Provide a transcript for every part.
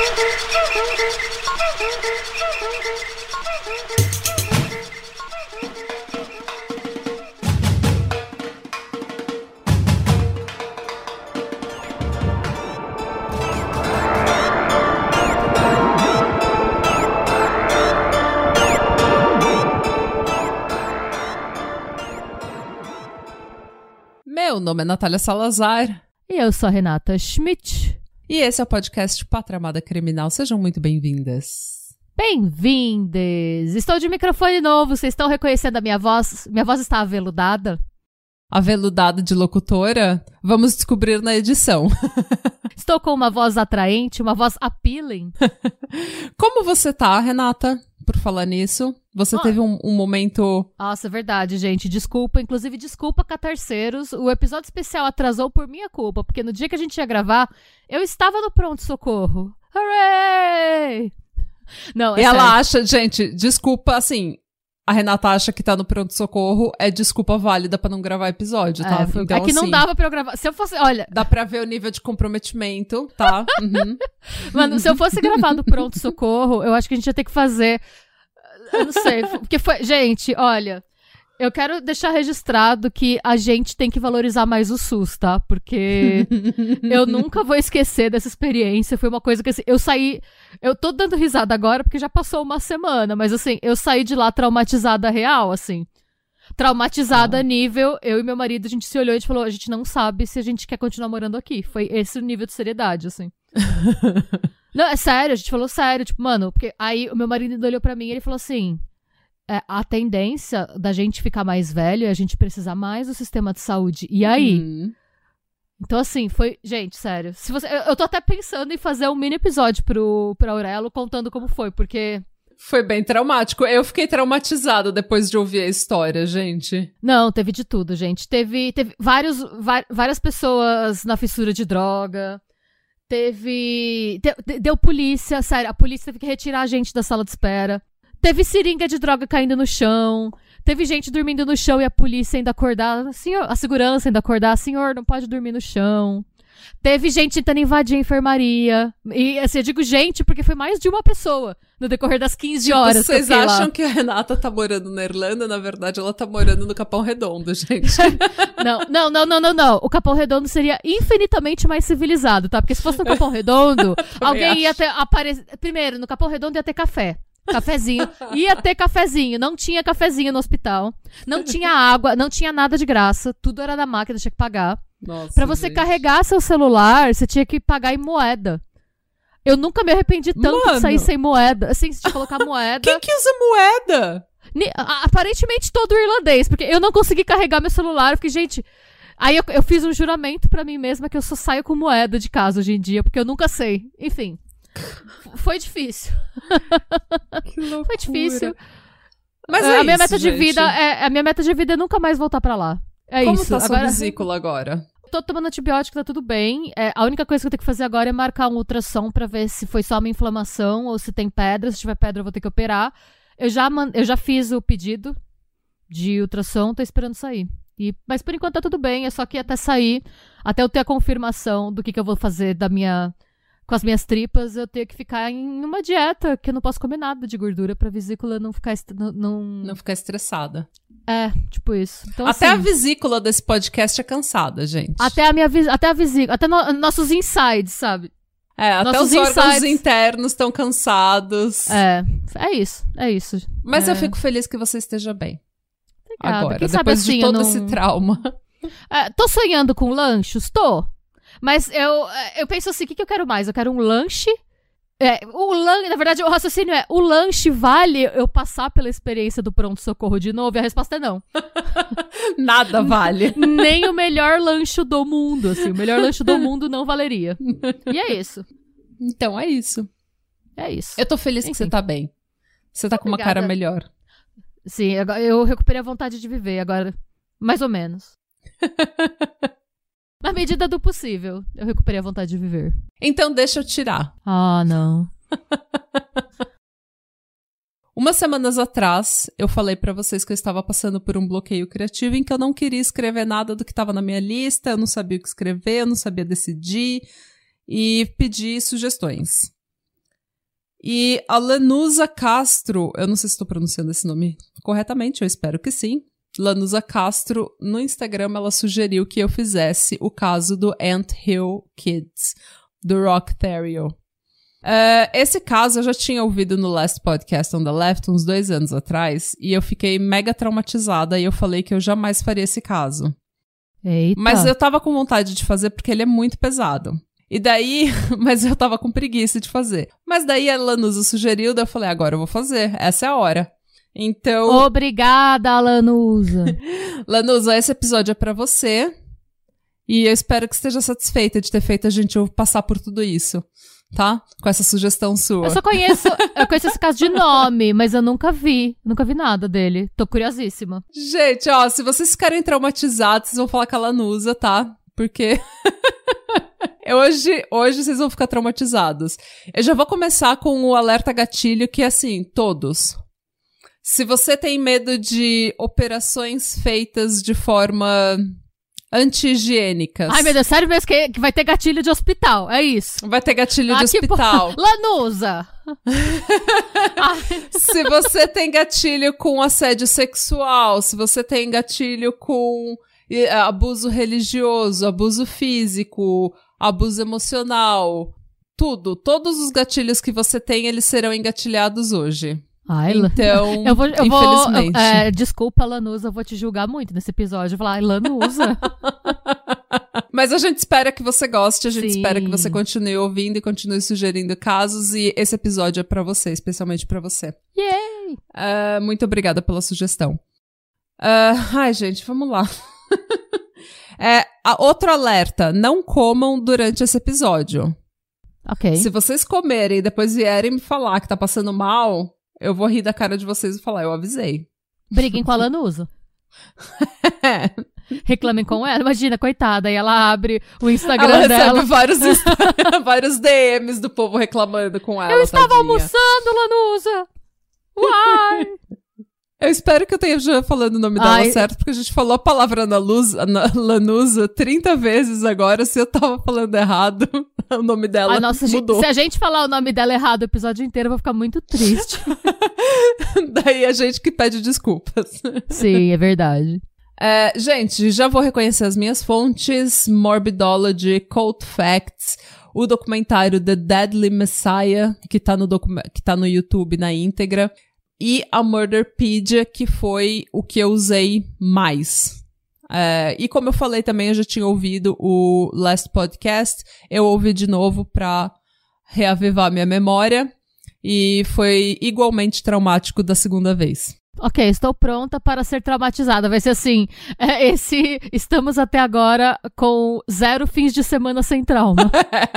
Meu nome é Natália Salazar. E eu sou a Renata Schmidt. E esse é o podcast Pátria Amada Criminal. Sejam muito bem-vindas. Bem-vindes! Estou de microfone novo, vocês estão reconhecendo a minha voz? Minha voz está aveludada? Aveludada de locutora? Vamos descobrir na edição. Estou com uma voz atraente, uma voz appealing. Como você tá, Renata? Por falar nisso, você teve um momento... Nossa, é verdade, gente. Desculpa, inclusive desculpa, Catarceiros. O episódio especial atrasou por minha culpa, porque no dia que a gente ia gravar, eu estava no pronto-socorro. Hooray! Não, é ela sério. acha, gente, desculpa, assim... A Renata acha que tá no pronto-socorro, é desculpa válida pra não gravar episódio, tá? Então, é que não dava pra eu gravar. Se eu fosse, olha... Dá pra ver o nível de comprometimento, tá? Uhum. Mano, se eu fosse gravar no pronto-socorro, eu acho que a gente ia ter que fazer... Eu não sei, porque foi... Gente, olha... Eu quero deixar registrado que a gente tem que valorizar mais o SUS, tá? Porque eu nunca vou esquecer dessa experiência. Foi uma coisa que, assim, eu saí... Eu tô dando risada agora porque já passou uma semana, mas, assim, eu saí de lá traumatizada real, assim. Traumatizada nível... Eu e meu marido, a gente se olhou e a gente falou, a gente não sabe se a gente quer continuar morando aqui. Foi esse o nível de seriedade, assim. Não, é sério, a gente falou sério. Tipo, mano, porque aí o meu marido olhou pra mim e ele falou assim... a tendência da gente ficar mais velho é a gente precisar mais do sistema de saúde. E aí? Então, assim, foi... Gente, sério. Se você, eu tô até pensando em fazer um mini episódio pro Aurelo contando como foi, porque... Foi bem traumático. Eu fiquei traumatizada depois de ouvir a história, gente. Não, teve de tudo, gente. Teve várias pessoas na fissura de droga. Deu polícia, sério. A polícia teve que retirar a gente da sala de espera. Teve seringa de droga caindo no chão. Teve gente dormindo no chão e a polícia ainda acordar. Senhor, a segurança ainda acordar. Senhor, não pode dormir no chão. Teve gente tentando invadir a enfermaria. E, assim, eu digo gente porque foi mais de uma pessoa no decorrer das 15 horas. Vocês acham que a Renata tá morando na Irlanda? Na verdade, ela tá morando no Capão Redondo, gente. Não. O Capão Redondo seria infinitamente mais civilizado, tá? Porque se fosse no Capão Redondo, alguém ia ter... Primeiro, no Capão Redondo ia ter café. Cafezinho. Ia ter cafezinho. Não tinha cafezinho no hospital. Não tinha água. Não tinha nada de graça. Tudo era da máquina, tinha que pagar. Nossa, pra você carregar seu celular, você tinha que pagar em moeda. Eu nunca me arrependi tanto de sair sem moeda. Assim, de colocar moeda. Quem que usa moeda? Aparentemente todo irlandês. Porque eu não consegui carregar meu celular. Eu fiquei, gente... Aí eu fiz um juramento pra mim mesma que eu só saio com moeda de casa hoje em dia. Porque eu nunca sei. Enfim... Foi difícil. Que loucura. Foi difícil. Mas a minha isso, meta de vida a minha meta de vida é nunca mais voltar pra lá. É Como isso. Como tá sua vesícula agora? Tô tomando antibiótico, tá tudo bem. A única coisa que eu tenho que fazer agora é marcar um ultrassom pra ver se foi só uma inflamação ou se tem pedra. Se tiver pedra, eu vou ter que operar. Eu já fiz o pedido de ultrassom, tô esperando sair. Mas por enquanto tá tudo bem, é só que até sair, até eu ter a confirmação do que eu vou fazer com as minhas tripas, eu tenho que ficar em uma dieta, que eu não posso comer nada de gordura pra vesícula não ficar... Não ficar estressada. É, tipo isso. Então, até assim, a vesícula desse podcast é cansada, gente. Até a vesícula, até nossos insides, sabe? Até nossos os órgãos internos estão cansados. É isso. Mas eu fico feliz que você esteja bem. Obrigada. Agora, Quem depois sabe, de todo esse trauma. Tô sonhando com lanchos? Tô. Mas eu penso assim, o que eu quero mais? Eu quero um lanche. Na verdade, o raciocínio é, o lanche vale eu passar pela experiência do pronto-socorro de novo? E a resposta é não. Nada vale. Nem o melhor lanche do mundo, assim. O melhor lanche do mundo não valeria. E é isso. Então, é isso. É isso. Eu tô feliz que você tá bem. Você tá com uma cara melhor. Sim, eu recuperei a vontade de viver agora. Mais ou menos. Na medida do possível, eu recuperei a vontade de viver. Então deixa eu tirar. Ah, não. Umas semanas atrás, eu falei pra vocês que eu estava passando por um bloqueio criativo em que eu não queria escrever nada do que estava na minha lista, eu não sabia o que escrever, eu não sabia decidir e pedi sugestões. E a Lanusa Castro, eu não sei se estou pronunciando esse nome corretamente, eu espero que sim. Lanusa Castro, no Instagram, ela sugeriu que eu fizesse o caso do Ant Hill Kids, do Rock Theriot. Esse caso eu já tinha ouvido no Last Podcast on the Left, uns 2 anos atrás, e eu fiquei mega traumatizada e eu falei que eu jamais faria esse caso. Eita. Mas eu tava com vontade de fazer porque ele é muito pesado. E daí, mas eu tava com preguiça de fazer. Mas daí a Lanusa sugeriu, daí eu falei, agora eu vou fazer, essa é a hora. Então... Obrigada, Lanusa. Lanusa, esse episódio é pra você. E eu espero que esteja satisfeita de ter feito a gente passar por tudo isso, tá? Com essa sugestão sua. Eu conheço esse caso de nome, mas eu nunca vi nada dele. Tô curiosíssima. Gente, ó, se vocês ficarem traumatizados, vocês vão falar com a Lanusa, tá? Porque... Hoje vocês vão ficar traumatizados. Eu já vou começar com o alerta gatilho, que é assim, todos. Se você tem medo de operações feitas de forma anti-higiênicas... Ai, meu Deus, sério mesmo que vai ter gatilho de hospital, é isso? Vai ter gatilho de hospital. Lanusa! Se você tem gatilho com assédio sexual, se você tem gatilho com abuso religioso, abuso físico... abuso emocional, tudo. Todos os gatilhos que você tem, eles serão engatilhados hoje. Ai, então, eu vou, infelizmente. Desculpa, Lanusa, eu vou te julgar muito nesse episódio. Eu vou falar, ai, Lanusa. Mas a gente espera que você goste, a gente Sim. espera que você continue ouvindo e continue sugerindo casos. E esse episódio é pra você, especialmente pra você. Yay! Muito obrigada pela sugestão. Ai, gente, vamos lá. Outro alerta, não comam durante esse episódio. Ok. Se vocês comerem e depois vierem me falar que tá passando mal, eu vou rir da cara de vocês e falar, eu avisei. Briguem com a Lanusa. Reclamem com ela. Imagina, coitada, aí ela abre o Instagram ela dela. recebe vários DMs do povo reclamando com ela, Eu estava tadinha. almoçando, Lanusa! Uai! Eu espero que eu esteja falando o nome dela certo, porque a gente falou a palavra Lanusa 30 vezes agora. Se eu tava falando errado, o nome dela mudou. Se a gente falar o nome dela errado o episódio inteiro, eu vou ficar muito triste. Daí a gente que pede desculpas. Sim, é verdade. Gente, já vou reconhecer as minhas fontes. Morbidology, Cult Facts, o documentário The Deadly Messiah, que tá no YouTube na íntegra. E a Murderpedia, que foi o que eu usei mais. E como eu falei também, eu já tinha ouvido o Last Podcast. Eu ouvi de novo pra reavivar minha memória. E foi igualmente traumático da segunda vez. Ok, estou pronta para ser traumatizada. Vai ser assim, estamos até agora com 0 fins de semana sem trauma.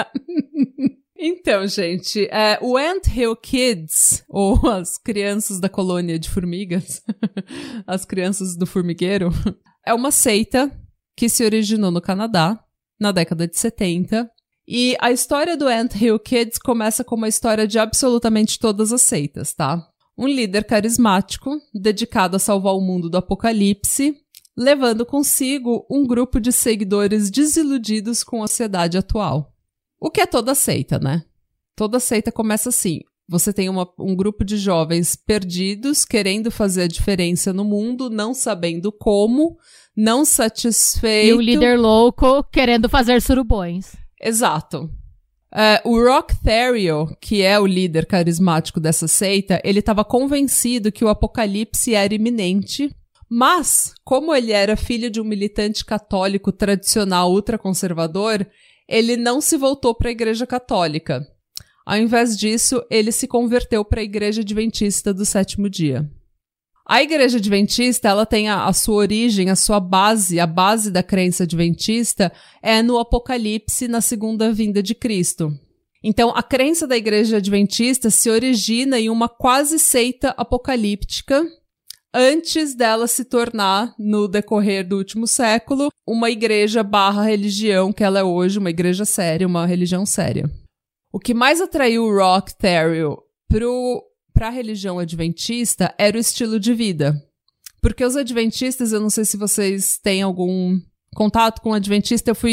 Então, gente, o Ant Hill Kids, ou as crianças da colônia de formigas, as crianças do formigueiro, é uma seita que se originou no Canadá, na década de 70, e a história do Ant Hill Kids começa como a história de absolutamente todas as seitas, tá? Um líder carismático, dedicado a salvar o mundo do apocalipse, levando consigo um grupo de seguidores desiludidos com a sociedade atual. O que é toda seita, né? Toda seita começa assim. Você tem um grupo de jovens perdidos, querendo fazer a diferença no mundo, não sabendo como, não satisfeito. E o líder louco querendo fazer surubões. Exato. O Rock Theriot, que é o líder carismático dessa seita, ele estava convencido que o apocalipse era iminente, mas, como ele era filho de um militante católico tradicional ultraconservador, ele não se voltou para a Igreja Católica. Ao invés disso, ele se converteu para a Igreja Adventista do Sétimo Dia. A Igreja Adventista, ela tem a sua origem, a sua base, a base da crença adventista é no Apocalipse, na segunda vinda de Cristo. Então, a crença da Igreja Adventista se origina em uma quase seita apocalíptica, antes dela se tornar, no decorrer do último século, uma igreja / religião que ela é hoje, uma igreja séria, uma religião séria. O que mais atraiu o Rock Theriot para a religião adventista era o estilo de vida. Porque os adventistas, eu não sei se vocês têm algum contato com o adventista, eu fui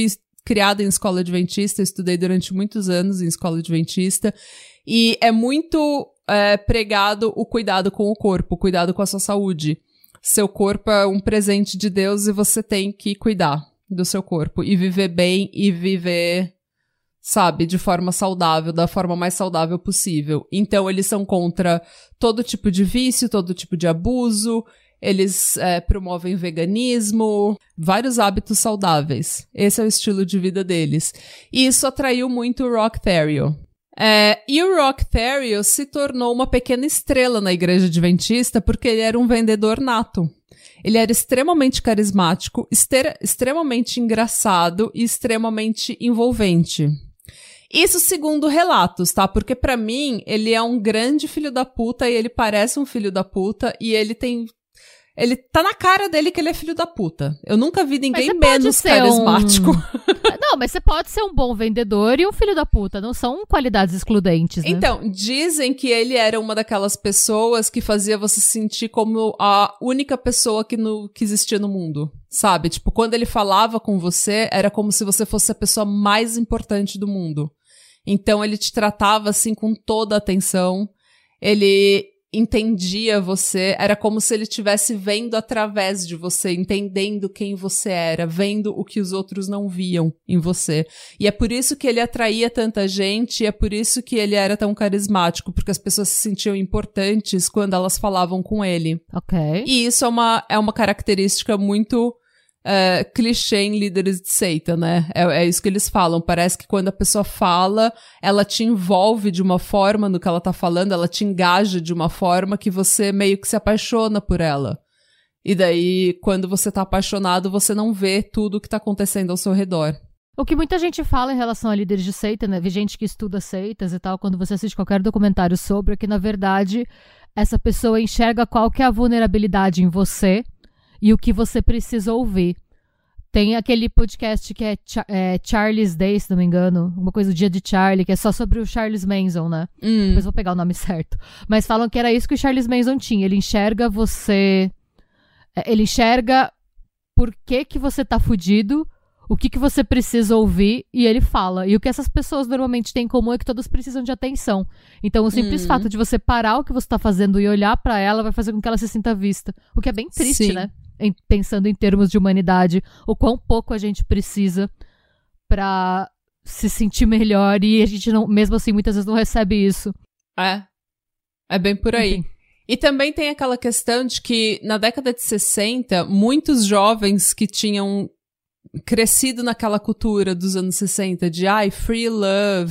criada em escola adventista, eu estudei durante muitos anos em escola adventista, e é muito pregado o cuidado com o corpo, o cuidado com a sua saúde. Seu corpo é um presente de Deus e você tem que cuidar do seu corpo e viver bem e viver, sabe, de forma saudável, da forma mais saudável possível. Então, eles são contra todo tipo de vício, todo tipo de abuso, eles promovem veganismo, vários hábitos saudáveis. Esse é o estilo de vida deles. E isso atraiu muito o Rock Theriot. E o Rock Theriot se tornou uma pequena estrela na igreja adventista porque ele era um vendedor nato. Ele era extremamente carismático, extremamente engraçado e extremamente envolvente. Isso segundo relatos, tá? Porque pra mim, ele é um grande filho da puta e ele parece um filho da puta e ele tá na cara dele que ele é filho da puta. Eu nunca vi ninguém menos carismático. Não, mas você pode ser um bom vendedor e um filho da puta. Não são qualidades excludentes, né? Então, dizem que ele era uma daquelas pessoas que fazia você se sentir como a única pessoa que existia no mundo. Sabe? Tipo, quando ele falava com você, era como se você fosse a pessoa mais importante do mundo. Então, ele te tratava, assim, com toda a atenção. Ele entendia você, era como se ele estivesse vendo através de você, entendendo quem você era, vendo o que os outros não viam em você. E é por isso que ele atraía tanta gente, e é por isso que ele era tão carismático, porque as pessoas se sentiam importantes quando elas falavam com ele. Ok. E isso é uma característica muito clichê em líderes de seita, né? É isso que eles falam. Parece que quando a pessoa fala, ela te envolve de uma forma no que ela tá falando, ela te engaja de uma forma que você meio que se apaixona por ela. E daí, quando você tá apaixonado, você não vê tudo o que tá acontecendo ao seu redor. O que muita gente fala em relação a líderes de seita, né? Vi gente que estuda seitas e tal, quando você assiste qualquer documentário sobre, é que, na verdade, essa pessoa enxerga qual que é a vulnerabilidade em você e o que você precisa ouvir. Tem aquele podcast que é Charlie's Day, se não me engano, uma coisa do Dia de Charlie, que é só sobre o Charles Manson, né? Depois vou pegar o nome certo. Mas falam que era isso que o Charles Manson tinha. Ele enxerga você... Ele enxerga por que você tá fudido, o que você precisa ouvir, e ele fala. E o que essas pessoas normalmente têm em comum é que todas precisam de atenção. Então, o simples fato de você parar o que você tá fazendo e olhar pra ela vai fazer com que ela se sinta vista. O que é bem triste, Sim. né? Pensando em termos de humanidade, o quão pouco a gente precisa pra se sentir melhor, e a gente não, mesmo assim, muitas vezes não recebe isso. É bem por aí. Enfim. E também tem aquela questão de que, na década de 60, muitos jovens que tinham crescido naquela cultura dos anos 60 de free love,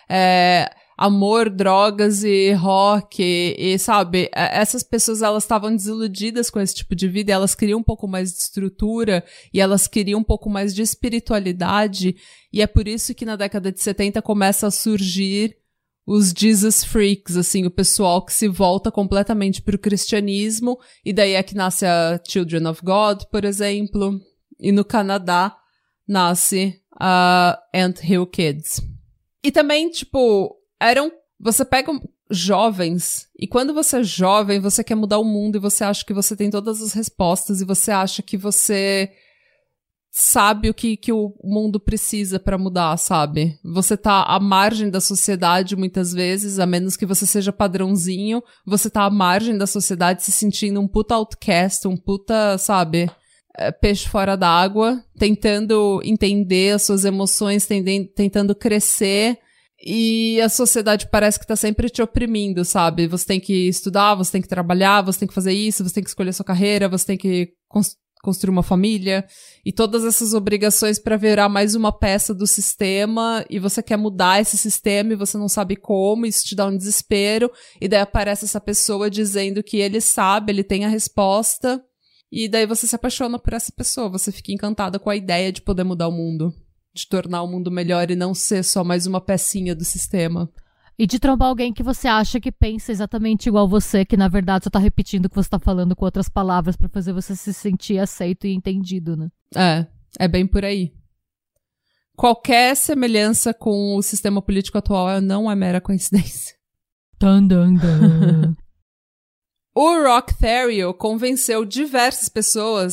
amor, drogas e rock, e sabe, essas pessoas, elas estavam desiludidas com esse tipo de vida, e elas queriam um pouco mais de estrutura, e elas queriam um pouco mais de espiritualidade, e é por isso que na década de 70 começa a surgir os Jesus Freaks, assim, o pessoal que se volta completamente pro cristianismo, e daí é que nasce a Children of God, por exemplo, e no Canadá nasce a Ant Hill Kids. E também, tipo, você pega jovens, e quando você é jovem, você quer mudar o mundo, e você acha que você tem todas as respostas, e você acha que você sabe o que o mundo precisa pra mudar, sabe? Você tá à margem da sociedade muitas vezes, a menos que você seja padrãozinho, você tá à margem da sociedade se sentindo um puta outcast, um puta, sabe, peixe fora d'água, tentando entender as suas emoções, tentando crescer, e a sociedade parece que tá sempre te oprimindo, sabe? Você tem que estudar, você tem que trabalhar, você tem que fazer isso, você tem que escolher sua carreira, você tem que construir uma família, e todas essas obrigações pra virar mais uma peça do sistema, e você quer mudar esse sistema e você não sabe como, isso te dá um desespero, e daí aparece essa pessoa dizendo que ele sabe, ele tem a resposta, e daí você se apaixona por essa pessoa, você fica encantada com a ideia de poder mudar o mundo, de tornar o mundo melhor e não ser só mais uma pecinha do sistema. E de trombar alguém que você acha que pensa exatamente igual você, que na verdade só tá repetindo o que você tá falando com outras palavras pra fazer você se sentir aceito e entendido, né? É bem por aí. Qualquer semelhança com o sistema político atual não é mera coincidência. Dun, dun, dun. O Rock Theriot convenceu diversas pessoas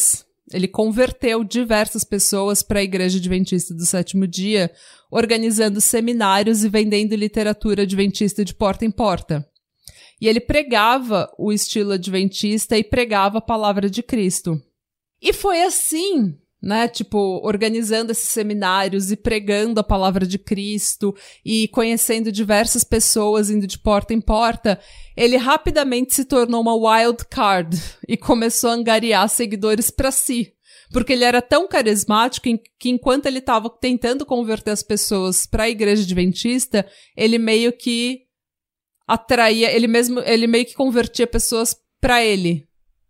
Ele converteu diversas pessoas para a Igreja Adventista do Sétimo Dia, organizando seminários e vendendo literatura adventista de porta em porta. E ele pregava o estilo adventista e pregava a palavra de Cristo. E foi assim, né, tipo, organizando esses seminários e pregando a palavra de Cristo e conhecendo diversas pessoas indo de porta em porta, ele rapidamente se tornou uma wild card e começou a angariar seguidores para si. Porque ele era tão carismático que enquanto ele estava tentando converter as pessoas para a Igreja Adventista, ele meio que atraía, ele meio que convertia pessoas para ele.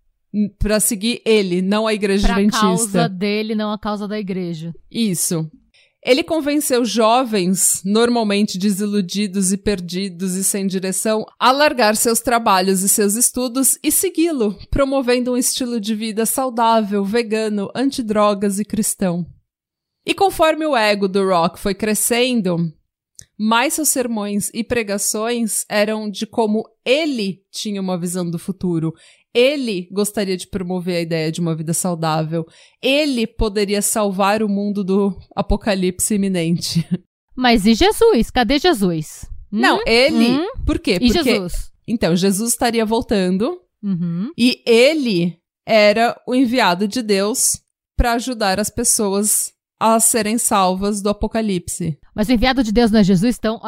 Pra seguir ele, não a Igreja Adventista. Pra causa dele, não a causa da igreja. Isso. Ele convenceu jovens, normalmente desiludidos e perdidos e sem direção, a largar seus trabalhos e seus estudos e segui-lo, promovendo um estilo de vida saudável, vegano, antidrogas e cristão. E conforme o ego do Rock foi crescendo, mais seus sermões e pregações eram de como ele tinha uma visão do futuro. Ele gostaria de promover a ideia de uma vida saudável. Ele poderia salvar o mundo do apocalipse iminente. Mas e Jesus? Cadê Jesus? Não, ele... Por quê? E Jesus? Então, Jesus estaria voltando Uhum. e ele era o enviado de Deus para ajudar as pessoas a serem salvas do apocalipse. Mas o enviado de Deus não é Jesus? Então,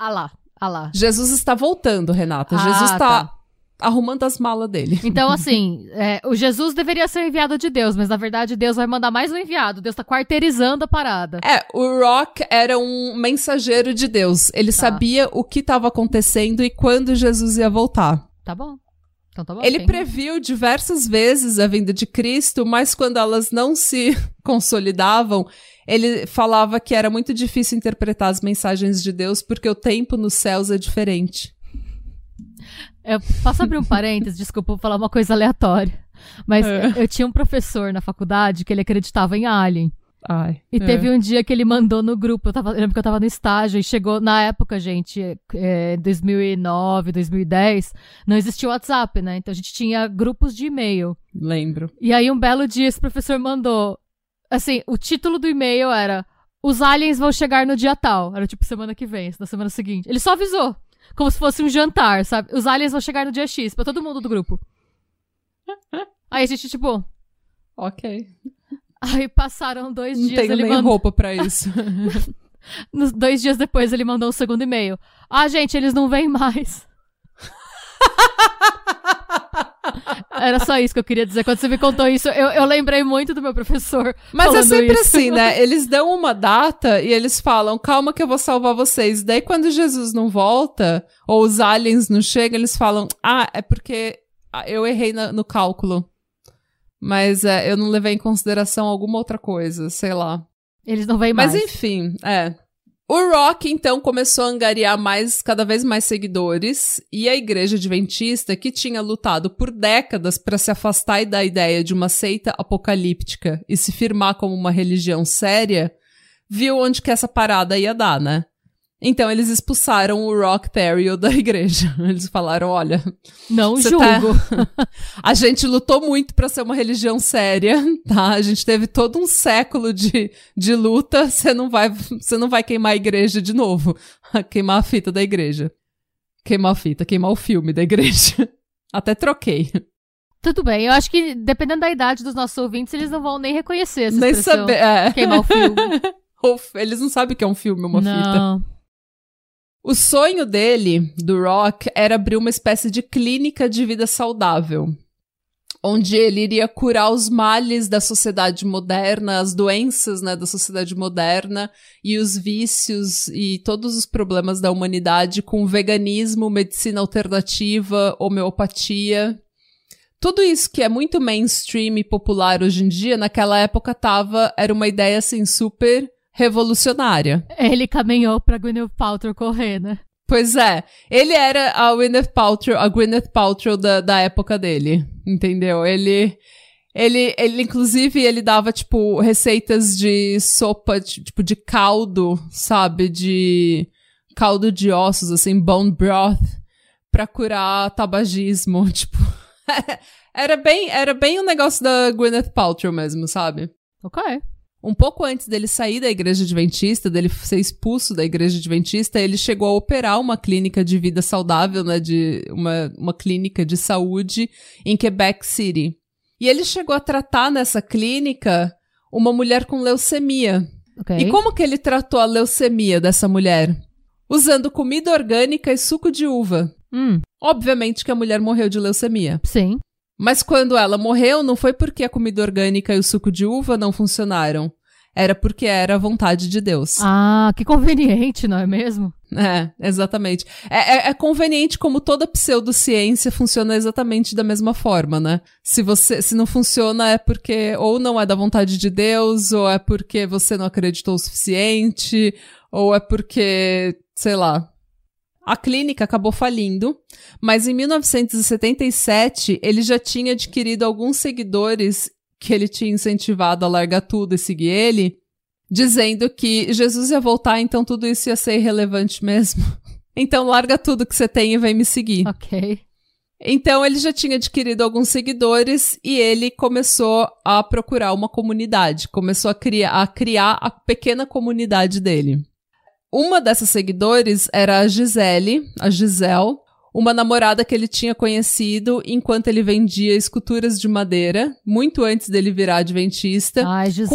lá. Jesus está voltando, Renata. Jesus está arrumando as malas dele. Então, assim, o Jesus deveria ser enviado de Deus, mas na verdade Deus vai mandar mais um enviado. Deus tá quarteirizando a parada. O Rock era um mensageiro de Deus. Ele sabia o que estava acontecendo e quando Jesus ia voltar. Tá bom. Então tá bom. Ele previu diversas vezes a vinda de Cristo, mas quando elas não se consolidavam, ele falava que era muito difícil interpretar as mensagens de Deus porque o tempo nos céus é diferente. Eu posso abrir um parênteses? Desculpa, vou falar uma coisa aleatória. Mas eu tinha um professor na faculdade que ele acreditava em alien. E teve um dia que ele mandou no grupo, eu lembro que eu tava no estágio, e chegou, na época, gente, 2009, 2010, não existia o WhatsApp, né? Então a gente tinha grupos de e-mail. Lembro. E aí um belo dia esse professor mandou, assim, o título do e-mail era: os aliens vão chegar no dia tal. Era tipo semana que vem, na semana seguinte. Ele só avisou. Como se fosse um jantar, sabe? Os aliens vão chegar no dia X, pra todo mundo do grupo. Aí a gente, tipo... Ok. Aí passaram 2 dias... Não tenho nem roupa pra isso. 2 dias depois ele mandou um segundo e-mail. Gente, eles não vêm mais. Era só isso que eu queria dizer. Quando você me contou isso, eu lembrei muito do meu professor. Mas é sempre isso. assim, né? Eles dão uma data e eles falam, calma que eu vou salvar vocês. Daí quando Jesus não volta, ou os aliens não chegam, eles falam, é porque eu errei no cálculo. Mas eu não levei em consideração alguma outra coisa, sei lá. Eles não vêm mais. Mas enfim, O Rock, então, começou a angariar cada vez mais seguidores, e a Igreja Adventista, que tinha lutado por décadas para se afastar da ideia de uma seita apocalíptica e se firmar como uma religião séria, viu onde que essa parada ia dar, né? Então, eles expulsaram o Rock Terrio da igreja. Eles falaram, olha... Não julgo. A gente lutou muito pra ser uma religião séria, tá? A gente teve todo um século de luta. Você não vai queimar a igreja de novo. Queimar a fita da igreja. Queimar o filme da igreja. Até troquei. Tudo bem, eu acho que dependendo da idade dos nossos ouvintes, eles não vão nem reconhecer essa nem expressão. Saber, Queimar o filme. Eles não sabem que é um filme, uma não. fita. O sonho dele, do Rock, era abrir uma espécie de clínica de vida saudável, onde ele iria curar os males da sociedade moderna, as doenças, né, da sociedade moderna e os vícios e todos os problemas da humanidade com veganismo, medicina alternativa, homeopatia. Tudo isso que é muito mainstream e popular hoje em dia, naquela época era uma ideia assim super... revolucionária. Ele caminhou pra Gwyneth Paltrow correr, né? Pois é. Ele era a Gwyneth Paltrow da época dele, entendeu? Ele inclusive, ele dava, tipo, receitas de sopa, tipo, de caldo, sabe? De caldo de ossos, assim, bone broth, pra curar tabagismo, tipo... Era bem o negócio da Gwyneth Paltrow mesmo, sabe? Ok. Um pouco antes dele sair da igreja adventista, dele ser expulso da igreja adventista, ele chegou a operar uma clínica de vida saudável, né, de uma clínica de saúde em Quebec City. E ele chegou a tratar nessa clínica uma mulher com leucemia. Ok. E como que ele tratou a leucemia dessa mulher? Usando comida orgânica e suco de uva. Obviamente que a mulher morreu de leucemia. Sim. Mas quando ela morreu, não foi porque a comida orgânica e o suco de uva não funcionaram. Era porque era a vontade de Deus. Ah, que conveniente, não é mesmo? É, exatamente. É conveniente como toda pseudociência funciona exatamente da mesma forma, né? Se não funciona é porque ou não é da vontade de Deus, ou é porque você não acreditou o suficiente, ou é porque, sei lá. A clínica acabou falindo, mas em 1977 ele já tinha adquirido alguns seguidores que ele tinha incentivado a largar tudo e seguir ele, dizendo que Jesus ia voltar, então tudo isso ia ser irrelevante mesmo. Então larga tudo que você tem e vem me seguir. Ok. Então ele já tinha adquirido alguns seguidores e ele começou a procurar uma comunidade, começou a criar a pequena comunidade dele. Uma dessas seguidores era a Gisele, uma namorada que ele tinha conhecido enquanto ele vendia esculturas de madeira, muito antes dele virar adventista. Ai, Gisele.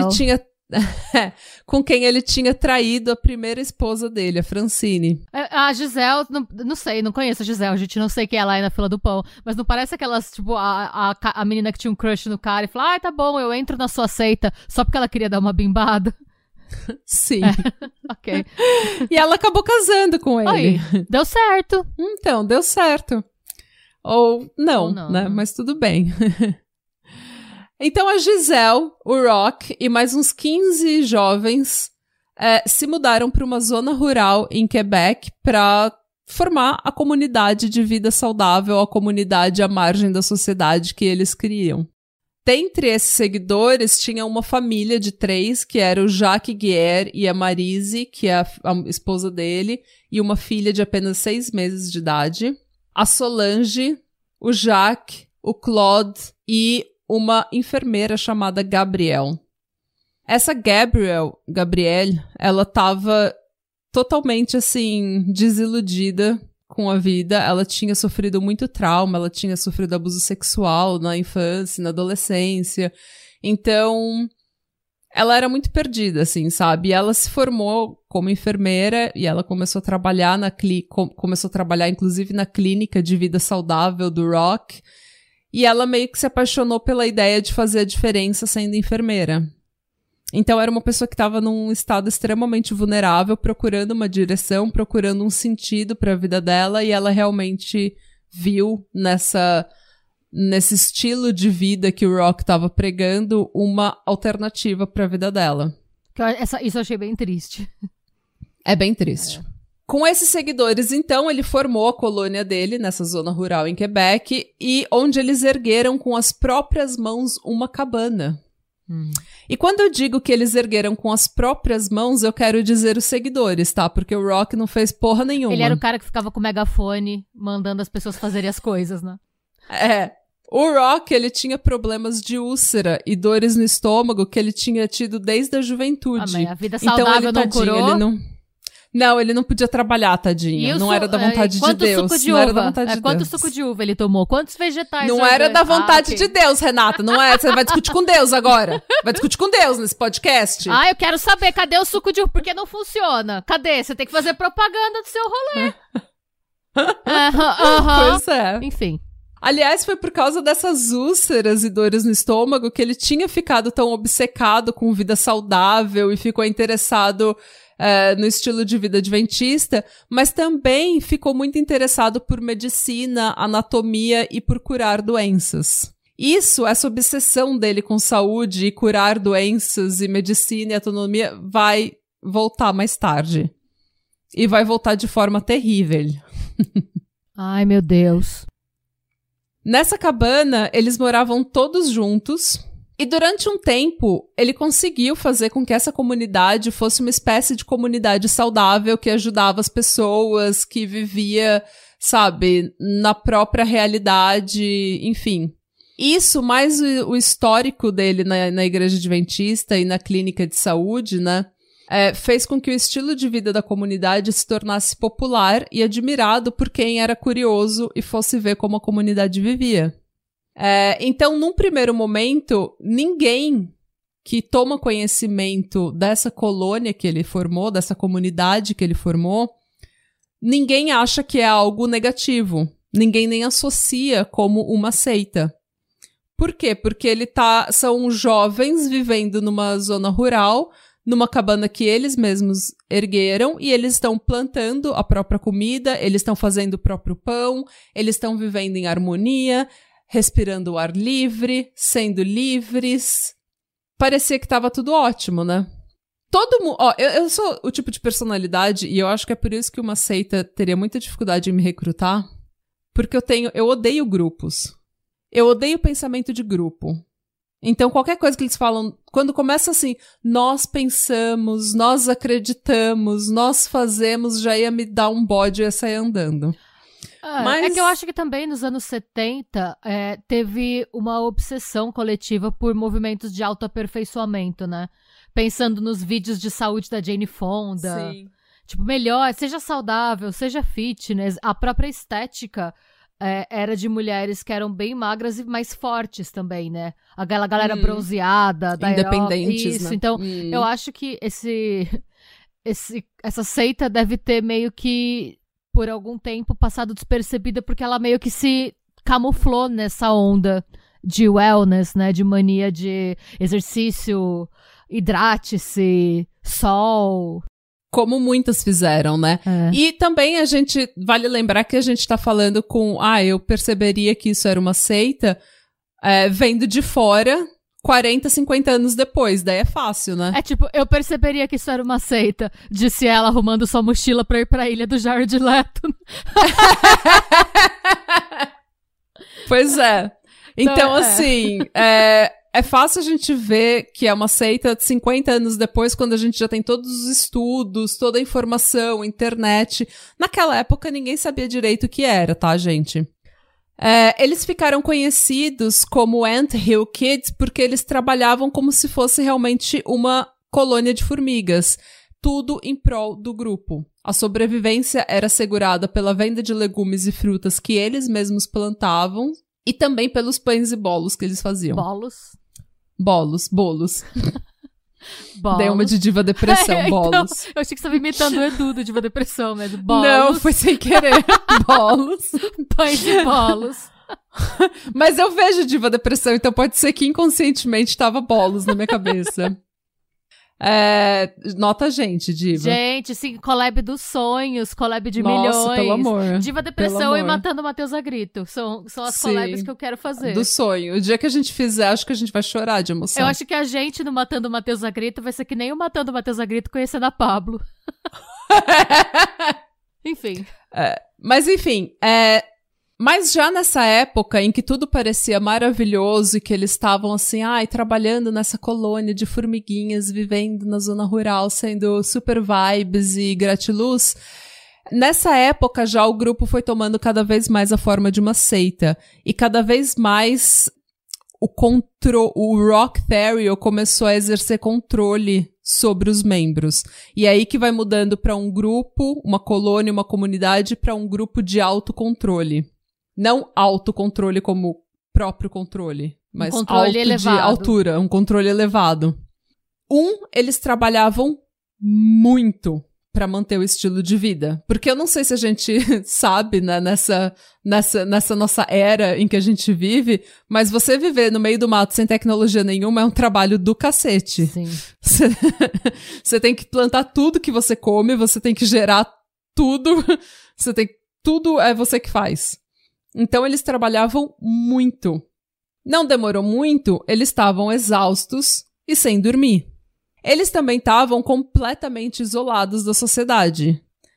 Com quem ele tinha traído a primeira esposa dele, a Francine. A Gisele, não sei, não conheço a Gisele, gente, não sei quem é lá na fila do pão, mas não parece aquelas, tipo, a menina que tinha um crush no cara e falou, tá bom, eu entro na sua seita, só porque ela queria dar uma bimbada. Sim. Ok. E ela acabou casando com ele. Oi, deu certo. Então, deu certo. Ou não, né? Mas tudo bem. Então a Gisele, o Rock e mais uns 15 jovens se mudaram para uma zona rural em Quebec para formar a comunidade de vida saudável, a comunidade à margem da sociedade que eles criam. Dentre esses seguidores, tinha uma família de 3, que era o Jacques Guier e a Marise, que é a esposa dele, e uma filha de apenas 6 meses de idade. A Solange, o Jacques, o Claude e uma enfermeira chamada Gabrielle. Essa Gabrielle, ela tava totalmente, assim, desiludida com a vida. Ela tinha sofrido muito trauma, ela tinha sofrido abuso sexual na infância, na adolescência. Então, ela era muito perdida, assim, sabe? E ela se formou como enfermeira e ela começou a trabalhar inclusive na clínica de vida saudável do Rock. E ela meio que se apaixonou pela ideia de fazer a diferença sendo enfermeira. Então era uma pessoa que estava num estado extremamente vulnerável, procurando uma direção, procurando um sentido para a vida dela, e ela realmente viu nesse estilo de vida que o Rock estava pregando uma alternativa para a vida dela. Isso eu achei bem triste. É bem triste. Com esses seguidores, então, ele formou a colônia dele nessa zona rural em Quebec, e onde eles ergueram com as próprias mãos uma cabana. E quando eu digo que eles ergueram com as próprias mãos, eu quero dizer os seguidores, tá? Porque o Rock não fez porra nenhuma. Ele era o cara que ficava com o megafone mandando as pessoas fazerem as coisas, né? O Rock, ele tinha problemas de úlcera e dores no estômago que ele tinha tido desde a juventude. Mas a vida saudável então, não curou? Não, ele não podia trabalhar, tadinho. Não era da vontade de Deus. Não era da vontade de Deus. Quanto suco de uva ele tomou? Quantos vegetais? Não era da vontade de Deus, Renata. Não é? Você vai discutir com Deus agora. Vai discutir com Deus nesse podcast. Eu quero saber. Cadê o suco de uva? Porque não funciona. Cadê? Você tem que fazer propaganda do seu rolê. Pois é. Enfim. Aliás, foi por causa dessas úlceras e dores no estômago que ele tinha ficado tão obcecado com vida saudável e ficou interessado no estilo de vida adventista, mas também ficou muito interessado por medicina, anatomia e por curar doenças. Essa obsessão dele com saúde e curar doenças e medicina e anatomia vai voltar mais tarde. E vai voltar de forma terrível. Ai, meu Deus. Nessa cabana, eles moravam todos juntos, E durante um tempo, ele conseguiu fazer com que essa comunidade fosse uma espécie de comunidade saudável que ajudava as pessoas, que vivia, sabe, na própria realidade, enfim. Isso, mais o histórico dele na Igreja Adventista e na clínica de saúde, né, fez com que o estilo de vida da comunidade se tornasse popular e admirado por quem era curioso e fosse ver como a comunidade vivia. Então, num primeiro momento, ninguém que toma conhecimento dessa colônia que ele formou, dessa comunidade que ele formou, ninguém acha que é algo negativo. Ninguém nem associa como uma seita. Por quê? Porque são jovens vivendo numa zona rural, numa cabana que eles mesmos ergueram, e eles estão plantando a própria comida, eles estão fazendo o próprio pão, eles estão vivendo em harmonia, respirando o ar livre, sendo livres. Parecia que tava tudo ótimo, né? Todo mundo... eu sou o tipo de personalidade, e eu acho que é por isso que uma seita teria muita dificuldade em me recrutar, porque eu odeio grupos. Eu odeio pensamento de grupo. Então, qualquer coisa que eles falam, quando começa assim, nós pensamos, nós acreditamos, nós fazemos, já ia me dar um bode e ia sair andando. É que eu acho que também nos anos 70 teve uma obsessão coletiva por movimentos de autoaperfeiçoamento, né? Pensando nos vídeos de saúde da Jane Fonda. Sim. Tipo, melhor, seja saudável, seja fitness. A própria estética era de mulheres que eram bem magras e mais fortes também, né? Aquela galera bronzeada, da independentes, Europa. Isso, né? Então, eu acho que essa seita deve ter meio que por algum tempo passado despercebida, porque ela meio que se camuflou nessa onda de wellness, né, de mania de exercício, hidrate-se, sol. Como muitas fizeram, né? E também vale lembrar que a gente tá falando eu perceberia que isso era uma seita, vendo de fora 40, 50 anos depois, daí é fácil, né? Eu perceberia que isso era uma seita, disse ela arrumando sua mochila pra ir pra ilha do Jared Leto. Pois é. Então, assim, é fácil a gente ver que é uma seita 50 anos depois, quando a gente já tem todos os estudos, toda a informação, internet. Naquela época, ninguém sabia direito o que era, tá, gente? Eles ficaram conhecidos como Ant Hill Kids porque eles trabalhavam como se fosse realmente uma colônia de formigas. Tudo em prol do grupo. A sobrevivência era assegurada pela venda de legumes e frutas que eles mesmos plantavam e também pelos pães e bolos que eles faziam. Bolos. Dei uma de Diva Depressão, bolos. Então, eu achei que você estava imitando o Edu do Diva Depressão, mas bolos. Não, foi sem querer. Bolos. Pães e bolos. Mas eu vejo Diva Depressão, então pode ser que inconscientemente tava bolos na minha cabeça. Nota a gente, Diva. Gente, sim, collab dos sonhos, collab de Nossa, milhões. Pelo amor. Diva Depressão e Matando o Matheus a Grito. São as collabs que eu quero fazer. Do sonho. O dia que a gente fizer, acho que a gente vai chorar de emoção. Eu acho que a gente no Matando o Matheus a Grito vai ser que nem o Matando o Matheus a Grito conhecendo a Pablo. Enfim. Mas enfim, mas já nessa época em que tudo parecia maravilhoso e que eles estavam assim, trabalhando nessa colônia de formiguinhas, vivendo na zona rural, sendo super vibes e gratiluz, nessa época já o grupo foi tomando cada vez mais a forma de uma seita. E cada vez mais o Rock Theriot começou a exercer controle sobre os membros. E é aí que vai mudando para um grupo, uma colônia, uma comunidade, para um grupo de autocontrole. Não autocontrole como próprio controle, mas controle elevado. De altura, um controle elevado. Eles trabalhavam muito para manter o estilo de vida. Porque eu não sei se a gente sabe, né, nessa nossa era em que a gente vive, mas você viver no meio do mato sem tecnologia nenhuma é um trabalho do cacete. Sim. Você tem que plantar tudo que você come, você tem que gerar tudo, tudo é você que faz. Então eles trabalhavam muito. Não demorou muito, eles estavam exaustos e sem dormir. Eles também estavam completamente isolados da sociedade.